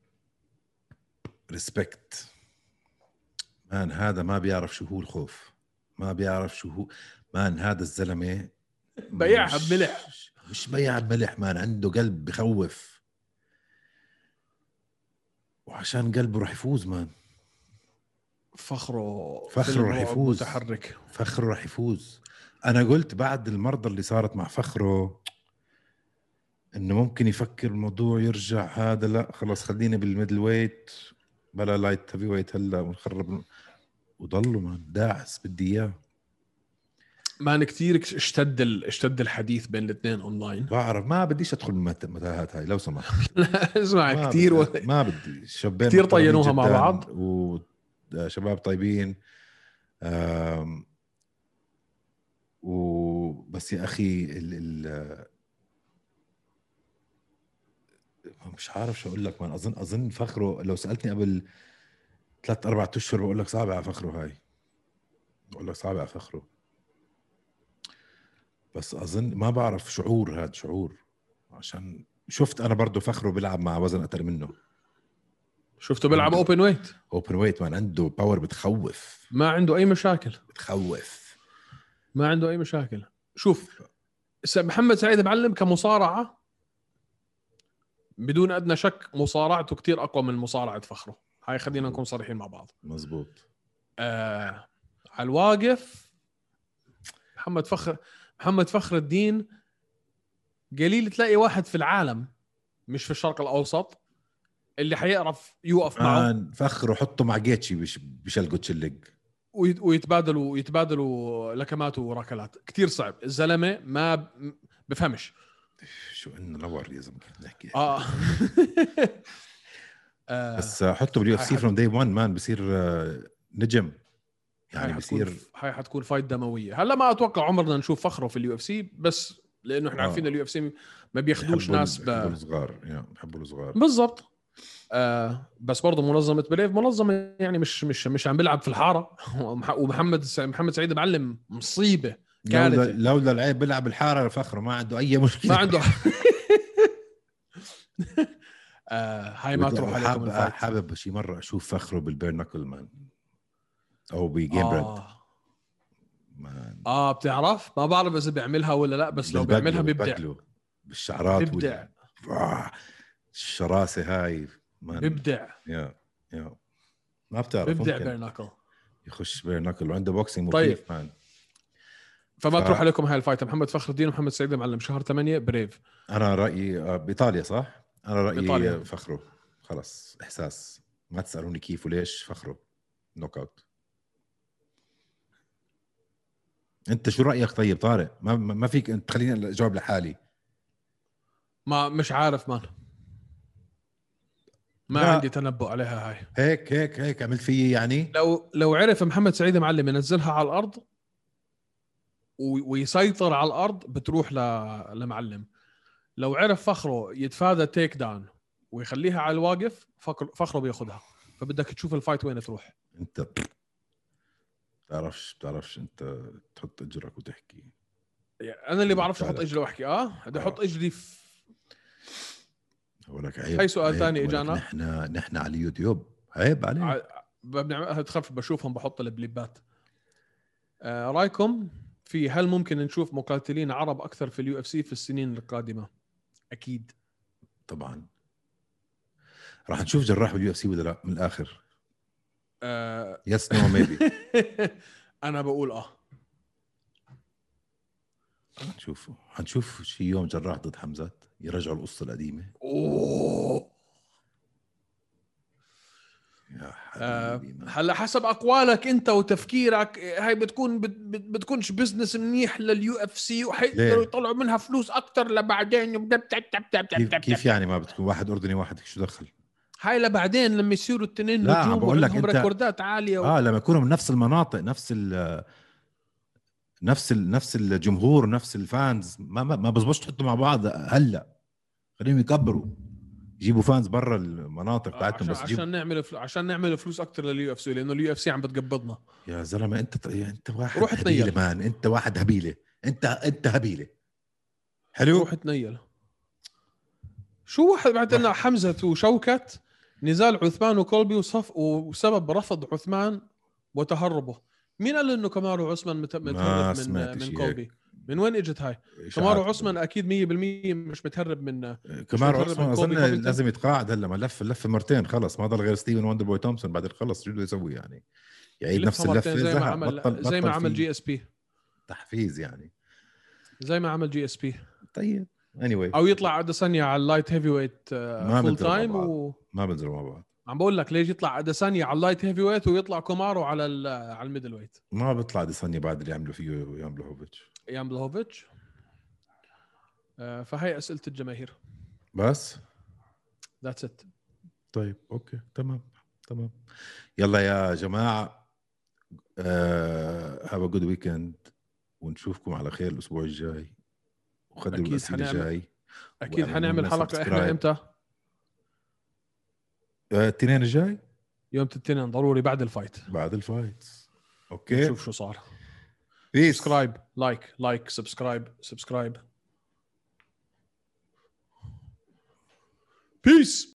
ريسبكت مان، هذا ما بيعرف شو هو الخوف، ما بيعرف شو هو مان. هذا الزلمه بيعها مش- بملح. مش بيع بملح مان، عنده قلب بخوف، وعشان قلبه رح يفوز مان. فخره فخره فيلم رح رعب يفوز. متحرك. فخره رح يفوز. انا قلت بعد المرضى اللي صارت مع فخره انه ممكن يفكر الموضوع يرجع، هذا لا خلاص خلينا بالميدل ويت بلا لايت هيفي ويت هلا ونخرب، وضلوا مان داعس بدي اياه. مان كتير اشتد ال... اشتد الحديث بين الاثنين اونلاين. بعرف ما بديش ادخل بالمتاهات هاي لو سمحت. اسمع ما كتير و... بدي ما بدي شباب كتير محترمين طينوها مع جداً بعض. وشباب طيبين. آم، وبس يا اخي ال ال مش عارف شو اقول لك مان. اظن اظن فخره لو سالتني قبل ثلاث اربع اشهر بقول لك صعب على فخره، هاي بقول لك صعب على فخره. بس اظن ما بعرف شعور، هذا شعور عشان شفت انا برضو فخره بيلعب مع وزن اكثر منه. شفته بيلعب عنده- اوبن ويت، اوبن ويت مان، عنده باور بتخوف ما عنده اي مشاكل. بتخوف. ما عنده اي مشاكل. شوف س- محمد سعيد معلم كمصارعه بدون ادنى شك مصارعته كتير اقوى من مصارعه فخره، هاي خلينا نكون صريحين مع بعض. مزبوط. آه على الواقف محمد فخر محمد فخر الدين قليل تلاقي واحد في العالم مش في الشرق الاوسط اللي حيعرف يوقف معه مان فخره حطه مع جيتشي بش بشلقه تشلق ويت- ويتبادلوا يتبادلوا لكمات وركلات. كتير صعب الزلمه، ما ب- بفهمش. شو انه نور يا زلمه كيف نحكي. اه آه، بس حطه باليو اف سي هاي فروم داي واحد مان بصير آه، نجم يعني. هاي حتكون بصير هاي حتكون فايت دمويه. هلا ما اتوقع عمرنا نشوف فخره في اليو اف سي، بس لانه احنا آه. عارفين اليو اف سي ما بياخدوش بحبوا ناس بحبوا ب... الصغار يا بحبوا الصغار بالضبط. آه بس برضه منظمه بريف منظمه يعني مش مش مش عم بيلعب في الحاره. ومح- ومحمد س- محمد سعيد معلم مصيبه لولا كارثه. لولا العيب بيلعب الحاره فخره ما عنده اي مشكله. ما عنده آه هاي ما تروح عليكم حابب الفايت. حابب شي مره اشوف فخره بالبير نكل مان او بجيم بريد آه. مان. اه بتعرف ما بعرف اذا بيعملها ولا لا، بس لو بالبدلو- بيعملها بيبدع. بالبدلو، بالشعرات بيبدع وال... آه، الشراسه هاي مان. بيبدع يا يا ما بتعرف بيبدع ممكن بيرناكل. يخش بير نكل وعنده بوكسينج طيب. مخيف مان. فما ف- تروح عليكم هاي الفايت. محمد فخر الدين ومحمد سعيد معلم شهر ثمانية بريف. انا رايي آه، بايطاليا صح. انا رايي بإيطاليا. فخره خلص احساس، ما تسالوني كيف وليش. فخره نوك اوت. انت شو رايك طيب طارق؟ ما ما فيك انت تخليني اجاوب لحالي. ما مش عارف مان، ما لا. عندي تنبؤ عليها هاي. هيك هيك هيك عملت فيي يعني. لو لو عرف محمد سعيد معلم ينزلها على الارض و- ويسيطر على الارض بتروح ل... لمعلم. لو عرف فخره يتفادى تيك داون ويخليها على الواقف فخر... فخره بياخدها. فبدك تشوف الفايت وين تروح. انت بتعرفش بتعرفش انت تحط اجرك وتحكي. يعني انا اللي بعرفش احط بالك. اجري واحكي اه بدي احط اجري في ولك عيب. هاي سؤال عيب. ثاني ولك اجانا. نحن نحن على اليوتيوب عيب عليك. ع- بنعملها تخف بشوفهم بحط البليبات. آه رايكم في هل ممكن نشوف مقاتلين عرب اكثر في اليو اف سي في السنين القادمه؟ اكيد طبعا راح نشوف جراح باليو اف سي ولا لا من الاخر؟ آه يس نو ميبي. انا بقول اه هنشوفه هنشوف شي يوم جراح ضد حمزات يرجعوا القصه القديمه. أوه. يا آه حبيبي ما. هلا حسب اقوالك انت وتفكيرك هاي بتكون بت بت بتكونش بزنس منيح لليو اف سي وحيقدروا يطلعوا منها فلوس اكثر لبعدين. كيف كيف يعني ما بتكون واحد اردني واحد شو دخل؟ هاي لبعدين لما يصيروا التنين لا، عم نجوم بقول لك وعندهم أنت- ريكوردات عاليه و... اه لما يكونوا من نفس المناطق نفس ال نفس ال نفس الجمهور نفس الفانز ما ما, ما بزبطش تحطوا مع بعض هلا. خليهم يكبروا يجيبوا فانز برا المناطق آه، بتاعتهم عشان بس عشان جيب. نعمل فلوس عشان نعمل فلوس اكثر لليو اف سي لانه اليو اف سي عم بتقبضنا. يا زلمه انت يا انت واحد روح هبيله تنيل. مان. انت واحد هبيله. انت انت هبيله. حلو. روح تنيل. شو واحد بعد لنا حمزه وشوكت نزال عثمان وكولبي وصف وسبب رفض عثمان وتهربه. مين قال انه كمارو عثمان مت- متهرب من سمعت من شي كولبي؟ هيك. من وين اجت هاي؟ كمارو عثمان اكيد مية بالمية مش متهرب من كمان متهرب عثمان من اظن كولبي كوفينغتون. لازم يتقاعد هلا ما لف لف مرتين خلص ما ضل غير ستيفن وندر بوي تومسون بعد خلص شو بده يسوي يعني يعيد نفس يلفها مرتين اللفه زي ما زهق عمل بطل زي ما بطل عمل في جي اس بي تحفيز يعني. زي ما عمل جي اس بي. طيب anyway او يطلع اديسانيا على اللايت هيفي ويت ما فول بنزلوا مع تايم بعض. و... ما بنزلوا مع بعض. عم بقول لك ليش يطلع اديسانيا على اللايت هيفي ويت ويطلع كومارو على ال... على الميدل ويت. ما بيطلع ديسانيا بعد اللي عملوا فيه ايام بلوهوفيتش. ايام بلوفيتش. آه فهي اسئله الجماهير. بس ذاتس ات. طيب اوكي تمام تمام. يلا يا جماعه هاف ا جود ويكند ونشوفكم على خير الاسبوع الجاي وخلوا اكيد الاسئله حنعمل الجاي. اكيد واعملوا حنعمل لنا حلقه احنا subscribe. امتى؟ آه، الاثنين الجاي يوم الاثنين ضروري بعد الفايت بعد الفايت. اوكي نشوف شو صار. بيس. سبسكرايب لايك لايك سبسكرايب سبسكرايب. بيس.